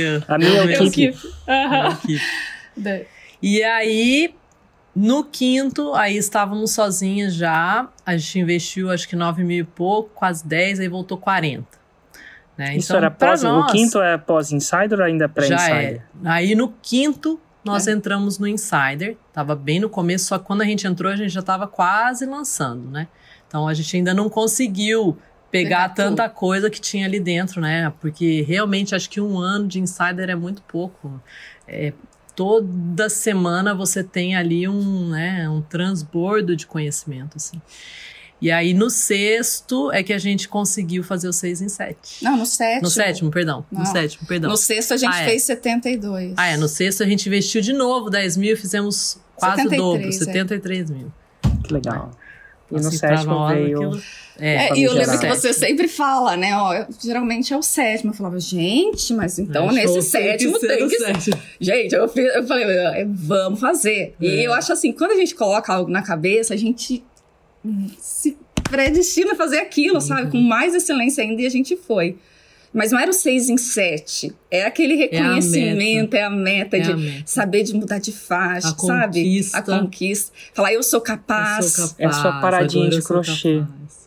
E aí, no quinto, aí estávamos sozinhas já, a gente investiu acho que 9 mil e pouco, quase 10, aí voltou 40. Né? Isso então, era pós, nós, o quinto é pós-Insider ou ainda pré-Insider? Aí no quinto, nós entramos no Insider, tava bem no começo, só que quando a gente entrou, a gente já tava quase lançando, né? Então, a gente ainda não conseguiu pegar tanta coisa que tinha ali dentro, né? Porque realmente, acho que 1 ano de Insider é muito pouco. Toda semana você tem ali um transbordo de conhecimento, assim. E aí, no sexto, é que a gente conseguiu fazer o 6 em 7. Não, no sétimo. No sétimo, perdão. Não. No sétimo, perdão. No sexto, a gente fez 72. No sexto, a gente investiu de novo 10 mil e fizemos quase 73, o dobro, 73 mil. Que legal. E no sétimo veio... e eu lembro que você sempre fala, né? Geralmente é o sétimo. Eu falava, gente, mas então nesse sétimo tem que ser. Gente, eu falei, vamos fazer. E eu acho assim, quando a gente coloca algo na cabeça, a gente se predestina a fazer aquilo, sabe? Com mais excelência ainda, e a gente foi. Mas não era o 6 em 7. É aquele reconhecimento, é a meta de saber de mudar de faixa, sabe? A conquista. Falar, eu sou capaz. É a sua paradinha de crochê.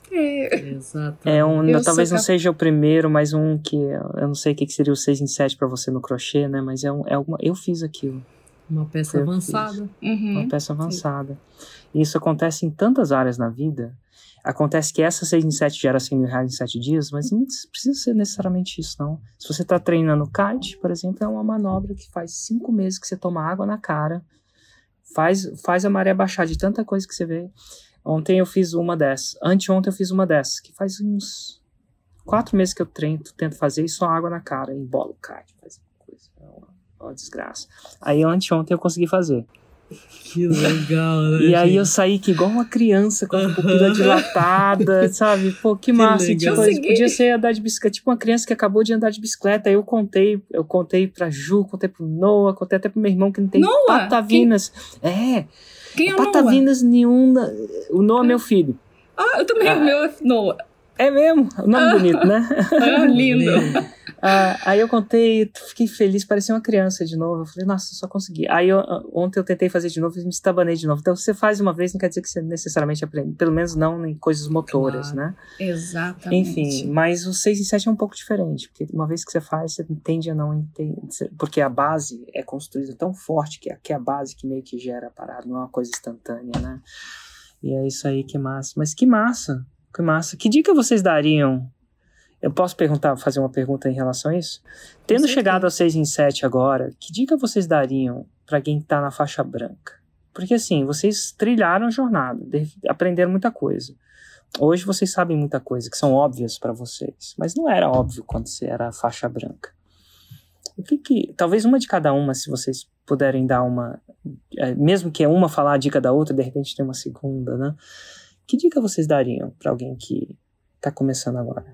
Exatamente. Talvez não seja o primeiro, mas um que eu não sei o que seria o 6 em 7 para você no crochê, né? Mas eu fiz aquilo. Uma peça avançada. Uma peça avançada. E isso acontece em tantas áreas na vida. Acontece que essa 6 em 7 gera 100 mil reais em 7 dias, mas não precisa ser necessariamente isso, não. Se você está treinando kite, por exemplo, é uma manobra que faz 5 meses que você toma água na cara, faz a maré baixar de tanta coisa que você vê. Ontem eu fiz uma dessas. Anteontem eu fiz uma dessas, que faz uns 4 meses que eu tento fazer e só água na cara, embolo o kite, faz coisa. É uma desgraça. Aí anteontem eu consegui fazer. Que legal, né? E aí eu saí que igual uma criança com a pupila dilatada, sabe? Pô, que massa. Tipo, podia ser andar de bicicleta, tipo uma criança que acabou de andar de bicicleta. Aí eu contei pra Ju, contei pro Noah, contei até pro meu irmão que não tem patavinas. Quem é o patavinas nenhum. O Noah é meu filho. Ah, eu também, meu é Noah. É mesmo? O nome bonito, né? Lindo. Aí eu contei, fiquei feliz, parecia uma criança de novo. Eu falei, nossa, só consegui. Aí ontem eu tentei fazer de novo e me estabanei de novo. Então, você faz uma vez, não quer dizer que você necessariamente aprende. Pelo menos não em coisas motoras, né? Exatamente. Enfim, mas o 6 em 7 é um pouco diferente. Porque uma vez que você faz, você tende a não entender. Porque a base é construída tão forte que é a base que meio que gera a parada. Não é uma coisa instantânea, né? E é isso aí, que massa. Mas que massa. Que massa. Que dica vocês dariam? Eu posso fazer uma pergunta em relação a isso? Tendo chegado ao 6 em 7 agora, que dica vocês dariam para quem está na faixa branca? Porque assim, vocês trilharam a jornada, aprenderam muita coisa. Hoje vocês sabem muita coisa que são óbvias para vocês, mas não era óbvio quando você era faixa branca. Talvez uma de cada uma, se vocês puderem dar uma... mesmo que uma falar a dica da outra, de repente tem uma segunda, né? Que dica vocês dariam para alguém que está começando agora?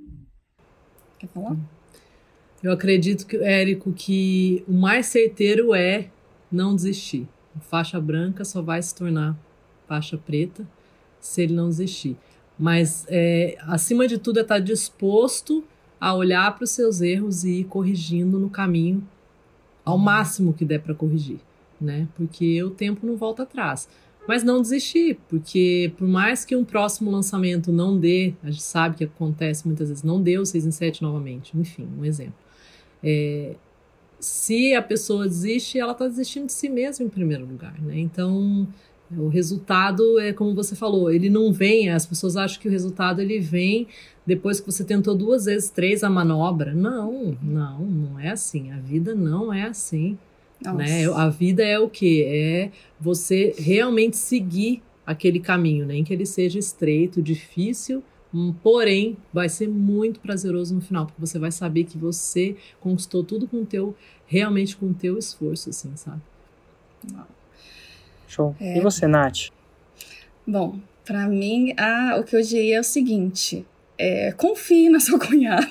Quer falar? Eu acredito, Érico, que o mais certeiro é não desistir. Faixa branca só vai se tornar faixa preta se ele não desistir. Mas, acima de tudo, é estar disposto a olhar para os seus erros e ir corrigindo no caminho ao máximo que der para corrigir, né? Porque o tempo não volta atrás. Mas não desistir, porque por mais que um próximo lançamento não dê, a gente sabe que acontece muitas vezes, não deu 6 em 7 novamente, enfim, um exemplo. Se a pessoa desiste, ela está desistindo de si mesma em primeiro lugar, né? Então, o resultado é como você falou, ele não vem, as pessoas acham que o resultado ele vem depois que você tentou 2 vezes, 3 a manobra. Não é assim, a vida não é assim. Né? A vida é o quê? É você realmente seguir aquele caminho, nem que ele seja estreito, difícil, porém vai ser muito prazeroso no final, porque você vai saber que você conquistou tudo realmente com o teu esforço, assim, sabe? Show. E você, Nath? Bom, pra mim, o que eu diria é o seguinte... confie na sua cunhada.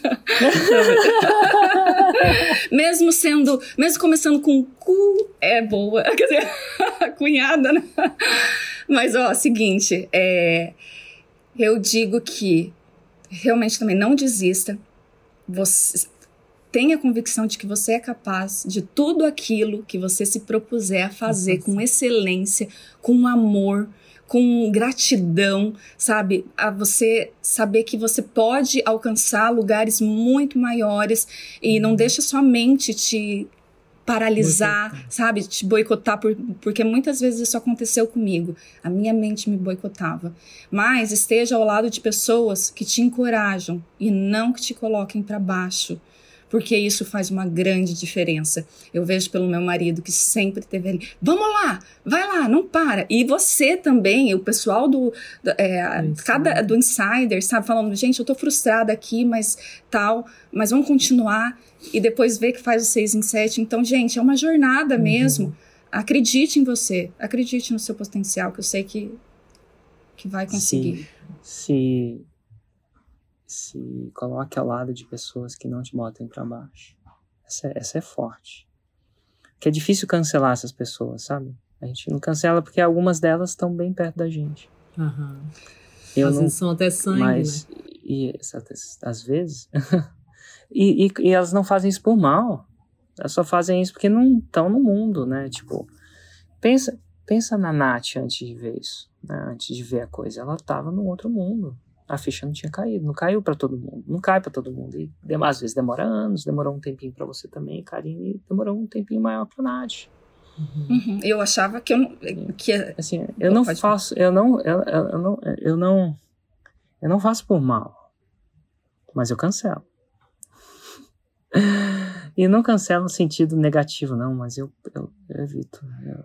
mesmo começando com cu, é boa. Quer dizer, cunhada, né? Mas, seguinte, eu digo que realmente também não desista. Você tenha a convicção de que você é capaz de tudo aquilo que você se propuser a fazer com excelência, com amor, com gratidão, sabe? A você saber que você pode alcançar lugares muito maiores e não deixa sua mente te paralisar, sabe? Te boicotar, porque muitas vezes isso aconteceu comigo. A minha mente me boicotava. Mas esteja ao lado de pessoas que te encorajam e não que te coloquem para baixo, porque isso faz uma grande diferença. Eu vejo pelo meu marido que sempre teve ali, vamos lá, vai lá, não para. E você também, o pessoal do Insider, sabe, falando, gente, eu tô frustrada aqui, mas vamos continuar. E depois ver que faz o 6 em 7. Então, gente, é uma jornada mesmo. Acredite em você, acredite no seu potencial, que eu sei que vai conseguir. Se coloque ao lado de pessoas que não te botem para baixo. Essa é forte. Porque é difícil cancelar essas pessoas, sabe? A gente não cancela porque algumas delas estão bem perto da gente. Às vezes são até sangue, mas, né? Às vezes. E elas não fazem isso por mal. Elas só fazem isso porque não estão no mundo, né? Tipo, pensa na Nath antes de ver isso, né? Antes de ver a coisa. Ela estava no outro mundo. A ficha não tinha caído. Não caiu para todo mundo. Não cai para todo mundo. E às vezes demora anos. Demorou um tempinho para você também, Karine. E demorou um tempinho maior para Nath. Uhum. Eu achava que assim, eu não faço, eu não faço por mal, mas eu cancelo. E não cancelo no sentido negativo, não, mas eu evito.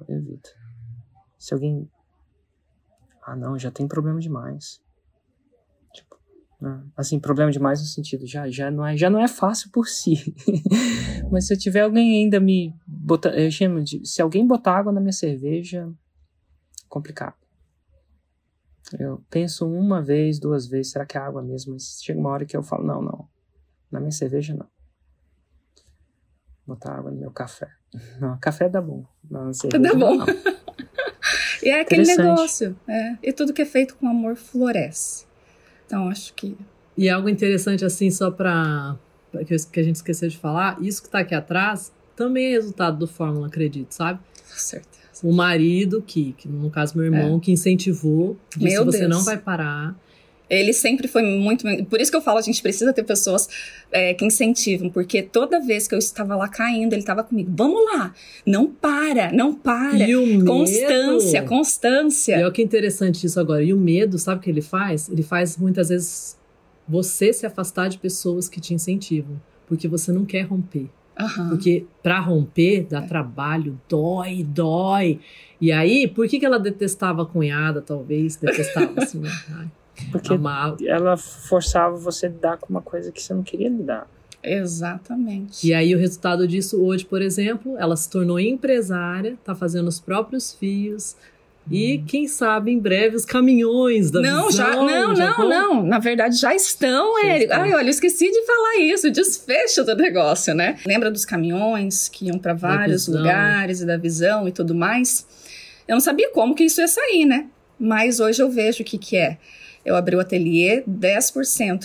Se alguém, não, já tem problema demais. Tipo, né? Assim, problema demais no sentido, já não é fácil por si. Mas se eu tiver alguém ainda me botar, eu chamo de, se alguém botar água na minha cerveja, complicado. Eu penso uma vez, 2 vezes, será que é água mesmo? Mas chega uma hora que eu falo, não, na minha cerveja não. Botar água no meu café. Não, café dá bom. Na cerveja dá bom. Não. E é aquele negócio. E tudo que é feito com amor floresce. Então, acho que... E algo interessante, assim, só para que a gente esqueceu de falar, isso que tá aqui atrás também é resultado do Fórmula, acredito, sabe? Certeza. O marido, que no caso meu irmão, que incentivou, disse, você não vai parar. Ele sempre foi muito... Por isso que eu falo, a gente precisa ter pessoas que incentivam, porque toda vez que eu estava lá caindo, ele estava comigo. Vamos lá! Não para! E o medo... Constância. E olha que interessante isso agora. E o medo, sabe o que ele faz? Ele faz, muitas vezes, você se afastar de pessoas que te incentivam, porque você não quer romper. Uhum. Porque pra romper dá trabalho, dói. E aí, por que ela detestava a cunhada, talvez? Detestava assim, né? Porque ela forçava você a lidar com uma coisa que você não queria lidar. Exatamente. E aí o resultado disso hoje, por exemplo, ela se tornou empresária, tá fazendo os próprios fios e quem sabe em breve os caminhões da Visão. Não. Na verdade já estão, Érico. Ai, olha, eu esqueci de falar isso, o desfecho do negócio, né? Lembra dos caminhões que iam para vários lugares e da Visão e tudo mais? Eu não sabia como que isso ia sair, né? Mas hoje eu vejo o que é. Eu abri o ateliê, 10%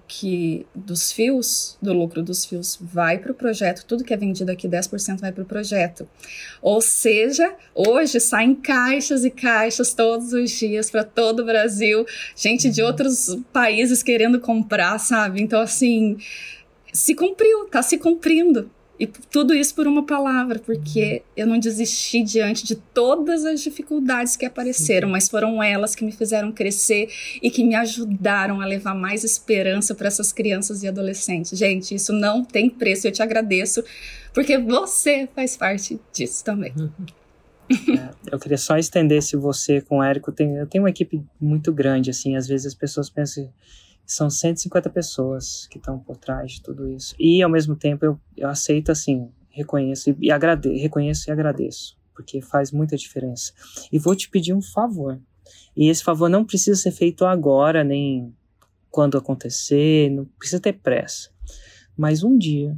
dos fios, do lucro dos fios, vai para o projeto. Tudo que é vendido aqui, 10% vai para o projeto. Ou seja, hoje saem caixas e caixas todos os dias para todo o Brasil. Gente de outros países querendo comprar, sabe? Então, assim, tá se cumprindo. E tudo isso por uma palavra, porque eu não desisti diante de todas as dificuldades que apareceram, mas foram elas que me fizeram crescer e que me ajudaram a levar mais esperança para essas crianças e adolescentes. Gente, isso não tem preço, eu te agradeço, porque você faz parte disso também. Eu queria só estender, se você com o Érico, eu tenho uma equipe muito grande, assim, às vezes as pessoas pensam... São 150 pessoas que estão por trás de tudo isso. E, ao mesmo tempo, eu aceito, assim, reconheço e agradeço, porque faz muita diferença. E vou te pedir um favor. E esse favor não precisa ser feito agora, nem quando acontecer, não precisa ter pressa. Mas um dia,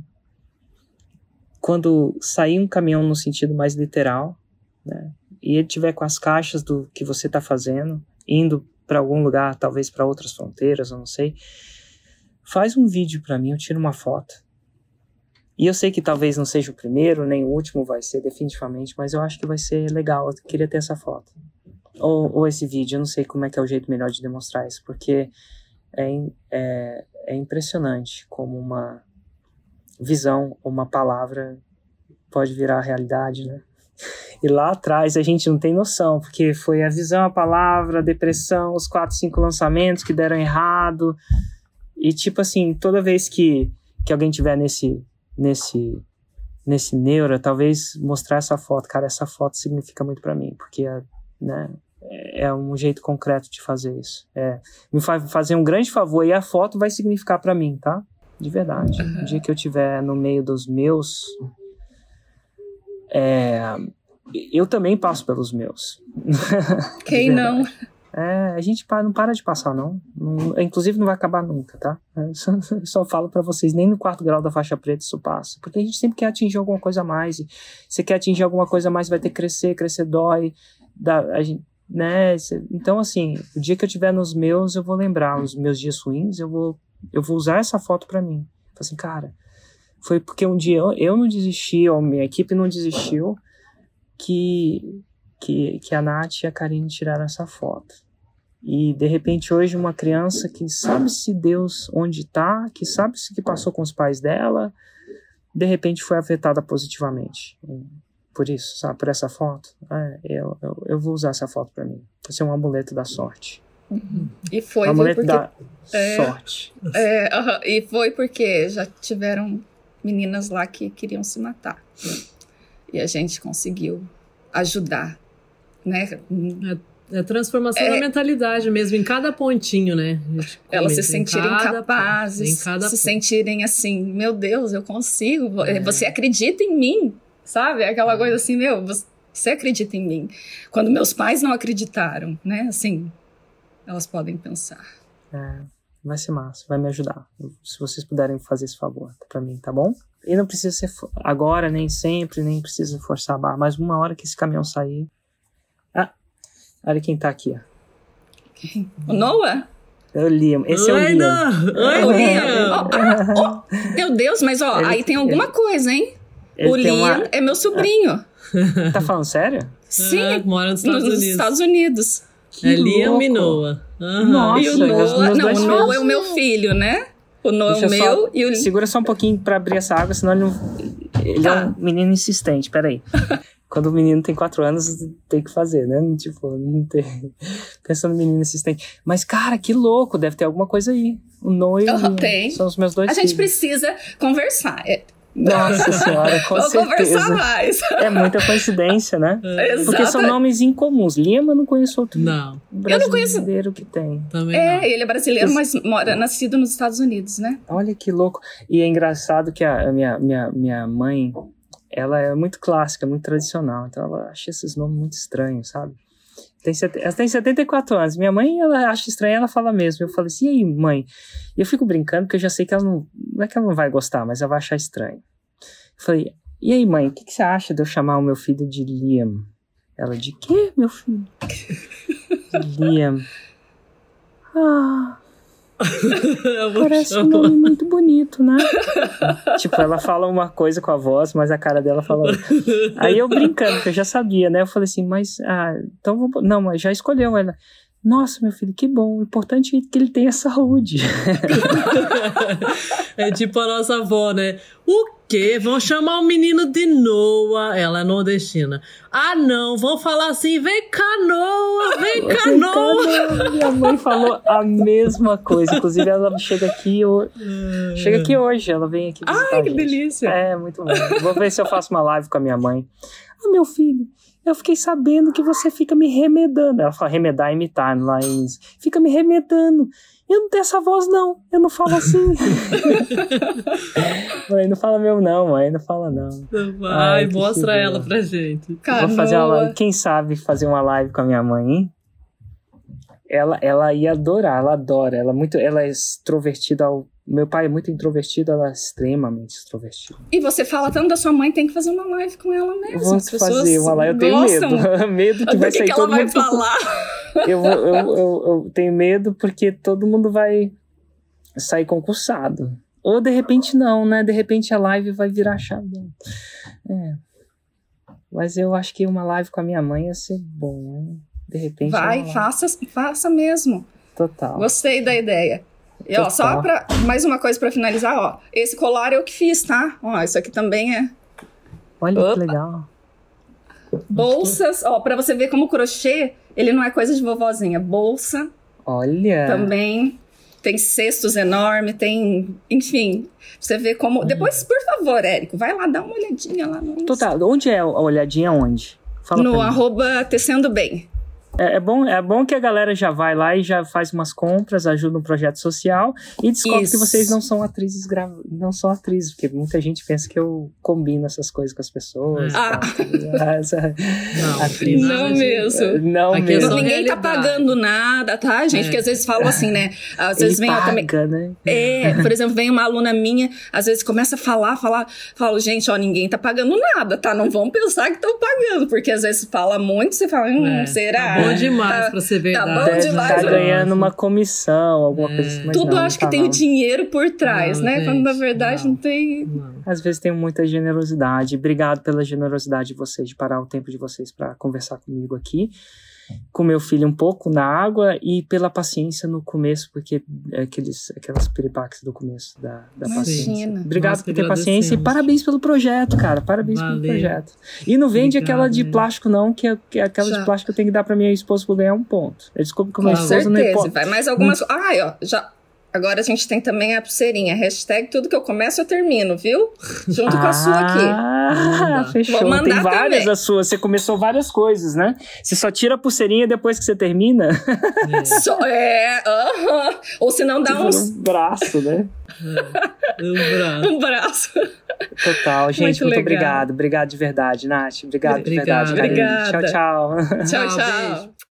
quando sair um caminhão no sentido mais literal, né, e ele tiver com as caixas do que você está fazendo, indo para algum lugar, talvez para outras fronteiras, eu não sei, faz um vídeo para mim, eu tiro uma foto. E eu sei que talvez não seja o primeiro, nem o último vai ser definitivamente, mas eu acho que vai ser legal, eu queria ter essa foto. Ou esse vídeo, eu não sei como é que é o jeito melhor de demonstrar isso, porque é impressionante como uma visão, uma palavra pode virar realidade, né? E lá atrás a gente não tem noção, porque foi a visão, a palavra, a depressão, os 4, 5 lançamentos que deram errado. E tipo assim, toda vez que alguém tiver nesse neura, talvez mostrar essa foto. Cara, essa foto significa muito pra mim, porque né, é um jeito concreto de fazer isso. Me fazer um grande favor e a foto vai significar pra mim, tá? De verdade. No dia que eu estiver no meio dos meus... eu também passo pelos meus. Quem não? A gente não para de passar, não. Inclusive não vai acabar nunca, tá? Só falo pra vocês, nem no 4º grau da faixa preta isso passa. Porque a gente sempre quer atingir alguma coisa a mais. E você quer atingir alguma coisa a mais, vai ter que crescer dói. Né? Então, assim, o dia que eu estiver nos meus, eu vou lembrar os meus dias ruins, eu vou usar essa foto pra mim. Falei assim, cara, foi porque um dia eu não desisti, ou minha equipe não desistiu, que a Nath e a Karine tiraram essa foto. E, de repente, hoje uma criança que sabe-se Deus onde está, que sabe-se que passou com os pais dela, de repente foi afetada positivamente. Por isso, sabe? Por essa foto. Eu vou usar essa foto para mim. Vai ser um amuleto da sorte. E foi, um amuleto porque... da sorte. E foi porque já tiveram meninas lá que queriam se matar. E a gente conseguiu ajudar, né? É transformação da mentalidade mesmo, em cada pontinho, né? Elas se sentirem capazes, se sentirem assim, meu Deus, eu consigo, você acredita em mim, sabe? Aquela coisa assim, você acredita em mim. Quando meus pais não acreditaram, né? Assim, elas podem pensar. Vai ser massa, vai me ajudar. Se vocês puderem fazer esse favor pra mim, tá bom? E não precisa ser agora, nem sempre, nem precisa forçar a barra, mas uma hora que esse caminhão sair... Olha quem tá aqui, ó. O Noah? É o Liam. Esse é o Liam. Oi, Liam. Meu Deus, mas aí tem alguma coisa, hein? O Liam é meu sobrinho. Tá falando sério? Sim, mora nos Estados Unidos. É Liam e Noah. Nossa, e o Noah é o meu filho, né? O Noah é o meu e o... Segura só um pouquinho pra abrir essa água, senão ele é um menino insistente. Peraí. Quando o menino tem 4 anos, tem que fazer, né? Tipo, não tem... Pensando no menino insistente. Mas, cara, que louco, deve ter alguma coisa aí. O Noah e o Liam tem. São os meus dois filhos. A gente precisa conversar. Nossa senhora, com certeza. Vou conversar mais. É muita coincidência, né? Exato. Porque são nomes incomuns. Liam, eu não conheço outro brasileiro que tem. Também não. Ele é brasileiro, mas nascido nos Estados Unidos, né? Olha que louco. E é engraçado que a minha mãe, ela é muito clássica, muito tradicional. Então ela acha esses nomes muito estranhos, sabe? Ela tem 74 anos. Minha mãe, ela acha estranho, ela fala mesmo. Eu falei assim, e aí, mãe? E eu fico brincando, porque eu já sei que ela não é que ela não vai gostar, mas ela vai achar estranho. Eu falei, e aí, mãe, o que você acha de eu chamar o meu filho de Liam? Ela, de quê, meu filho? Liam. Parece um nome muito bonito, né? Tipo, ela fala uma coisa com a voz, mas a cara dela fala outra. Aí eu brincando, porque eu já sabia, né? Eu falei assim, mas... então vamos... Não, mas já escolheu ela. Nossa, meu filho, que bom. O importante é que ele tenha saúde. É tipo a nossa avó, né? O quê? Vão chamar o menino de Noah. Ela é nordestina. Não, vão falar assim, vem cá, Noah, vem cá, Noah. Minha mãe falou a mesma coisa. Inclusive, ela chega aqui hoje. Ela vem aqui visitar a gente. Delícia. É, muito bom. Vou ver se eu faço uma live com a minha mãe. Meu filho, eu fiquei sabendo que você fica me remedando. Ela fala remedar, imitar lá em... Fica me remedando. Eu não tenho essa voz, não. Eu não falo assim. Mãe, não fala meu não, mãe. Não fala não. Ai, mostra ela pra gente. Vou fazer uma live. Quem sabe fazer uma live com a minha mãe, hein? Ela ia adorar, ela adora. Ela é extrovertida Meu pai é muito introvertido, ela é extremamente extrovertida. E você fala tanto da sua mãe, tem que fazer uma live com ela mesmo. Vou fazer uma live, eu tenho medo. Medo que vai sair todo mundo... O que ela vai falar? Eu tenho medo porque todo mundo vai sair concursado. Ou de repente não, né? De repente a live vai virar chave. Mas eu acho que uma live com a minha mãe ia ser bom, hein? De repente... Faça mesmo. Total. Gostei da ideia. E ó, só pra mais uma coisa pra finalizar, ó. Esse colar eu que fiz, tá? Ó, isso aqui também é... Olha que legal. Bolsas, ó, pra você ver como o crochê, ele não é coisa de vovozinha. Bolsa. Olha. Também tem cestos enormes, tem... Enfim, você vê como... Depois, por favor, Érico, vai lá dar uma olhadinha lá no Insta. Total. Onde é a olhadinha? Onde? Fala no @tecendo-bem. É bom que a galera já vai lá e já faz umas compras, ajuda um projeto social e descobre que vocês não são atrizes não são atrizes, porque muita gente pensa que eu combino essas coisas com as pessoas. Não mesmo. Não mesmo. Ninguém tá pagando nada, tá, gente? Porque às vezes falam assim, né? Às vezes vem também. Né? Por exemplo, vem uma aluna minha, às vezes começa a falo, gente, ó, ninguém tá pagando nada, tá? Não vão pensar que estão pagando, porque às vezes fala muito, você fala, será? bom demais pra ser verdade. Tá bom Deve demais, estar né? ganhando uma comissão, alguma coisa assim. Mas Tudo não, acho não que tá, tem o não. dinheiro por trás, Não, né? gente, Quando na verdade não tem. Não. Às vezes tem muita generosidade. Obrigado pela generosidade de vocês, de parar o tempo de vocês para conversar comigo aqui. Com meu filho um pouco na água e pela paciência no começo, porque é aquelas piripaques do começo da paciência. Imagina. Obrigado Nós por que ter paciência e agradecemos. parabéns pelo projeto, cara. Parabéns pelo Valeu. projeto. E não vende Obrigado, aquela de né? plástico, não, que aquela Já. de plástico eu tenho que dar pra minha esposa pra ganhar um ponto. Eu descubro que a minha Com esposa não certeza. importa. Vai mais algumas. Ai, ó, já. Agora a gente tem também a pulseirinha. Hashtag tudo que eu começo eu termino, viu? Junto com a sua aqui. Ah, fechou. Vou mandar Tem várias também. a sua. Você começou várias coisas, né? Você só tira a pulseirinha depois que você termina. Ou se não dá Tipo, uns. no braço, né? Um braço. Total, gente, muito legal. obrigado. Obrigado de verdade, Nath. Obrigado de verdade, Karine. Obrigada. Tchau, tchau. Tchau, Tchau, tchau. beijo.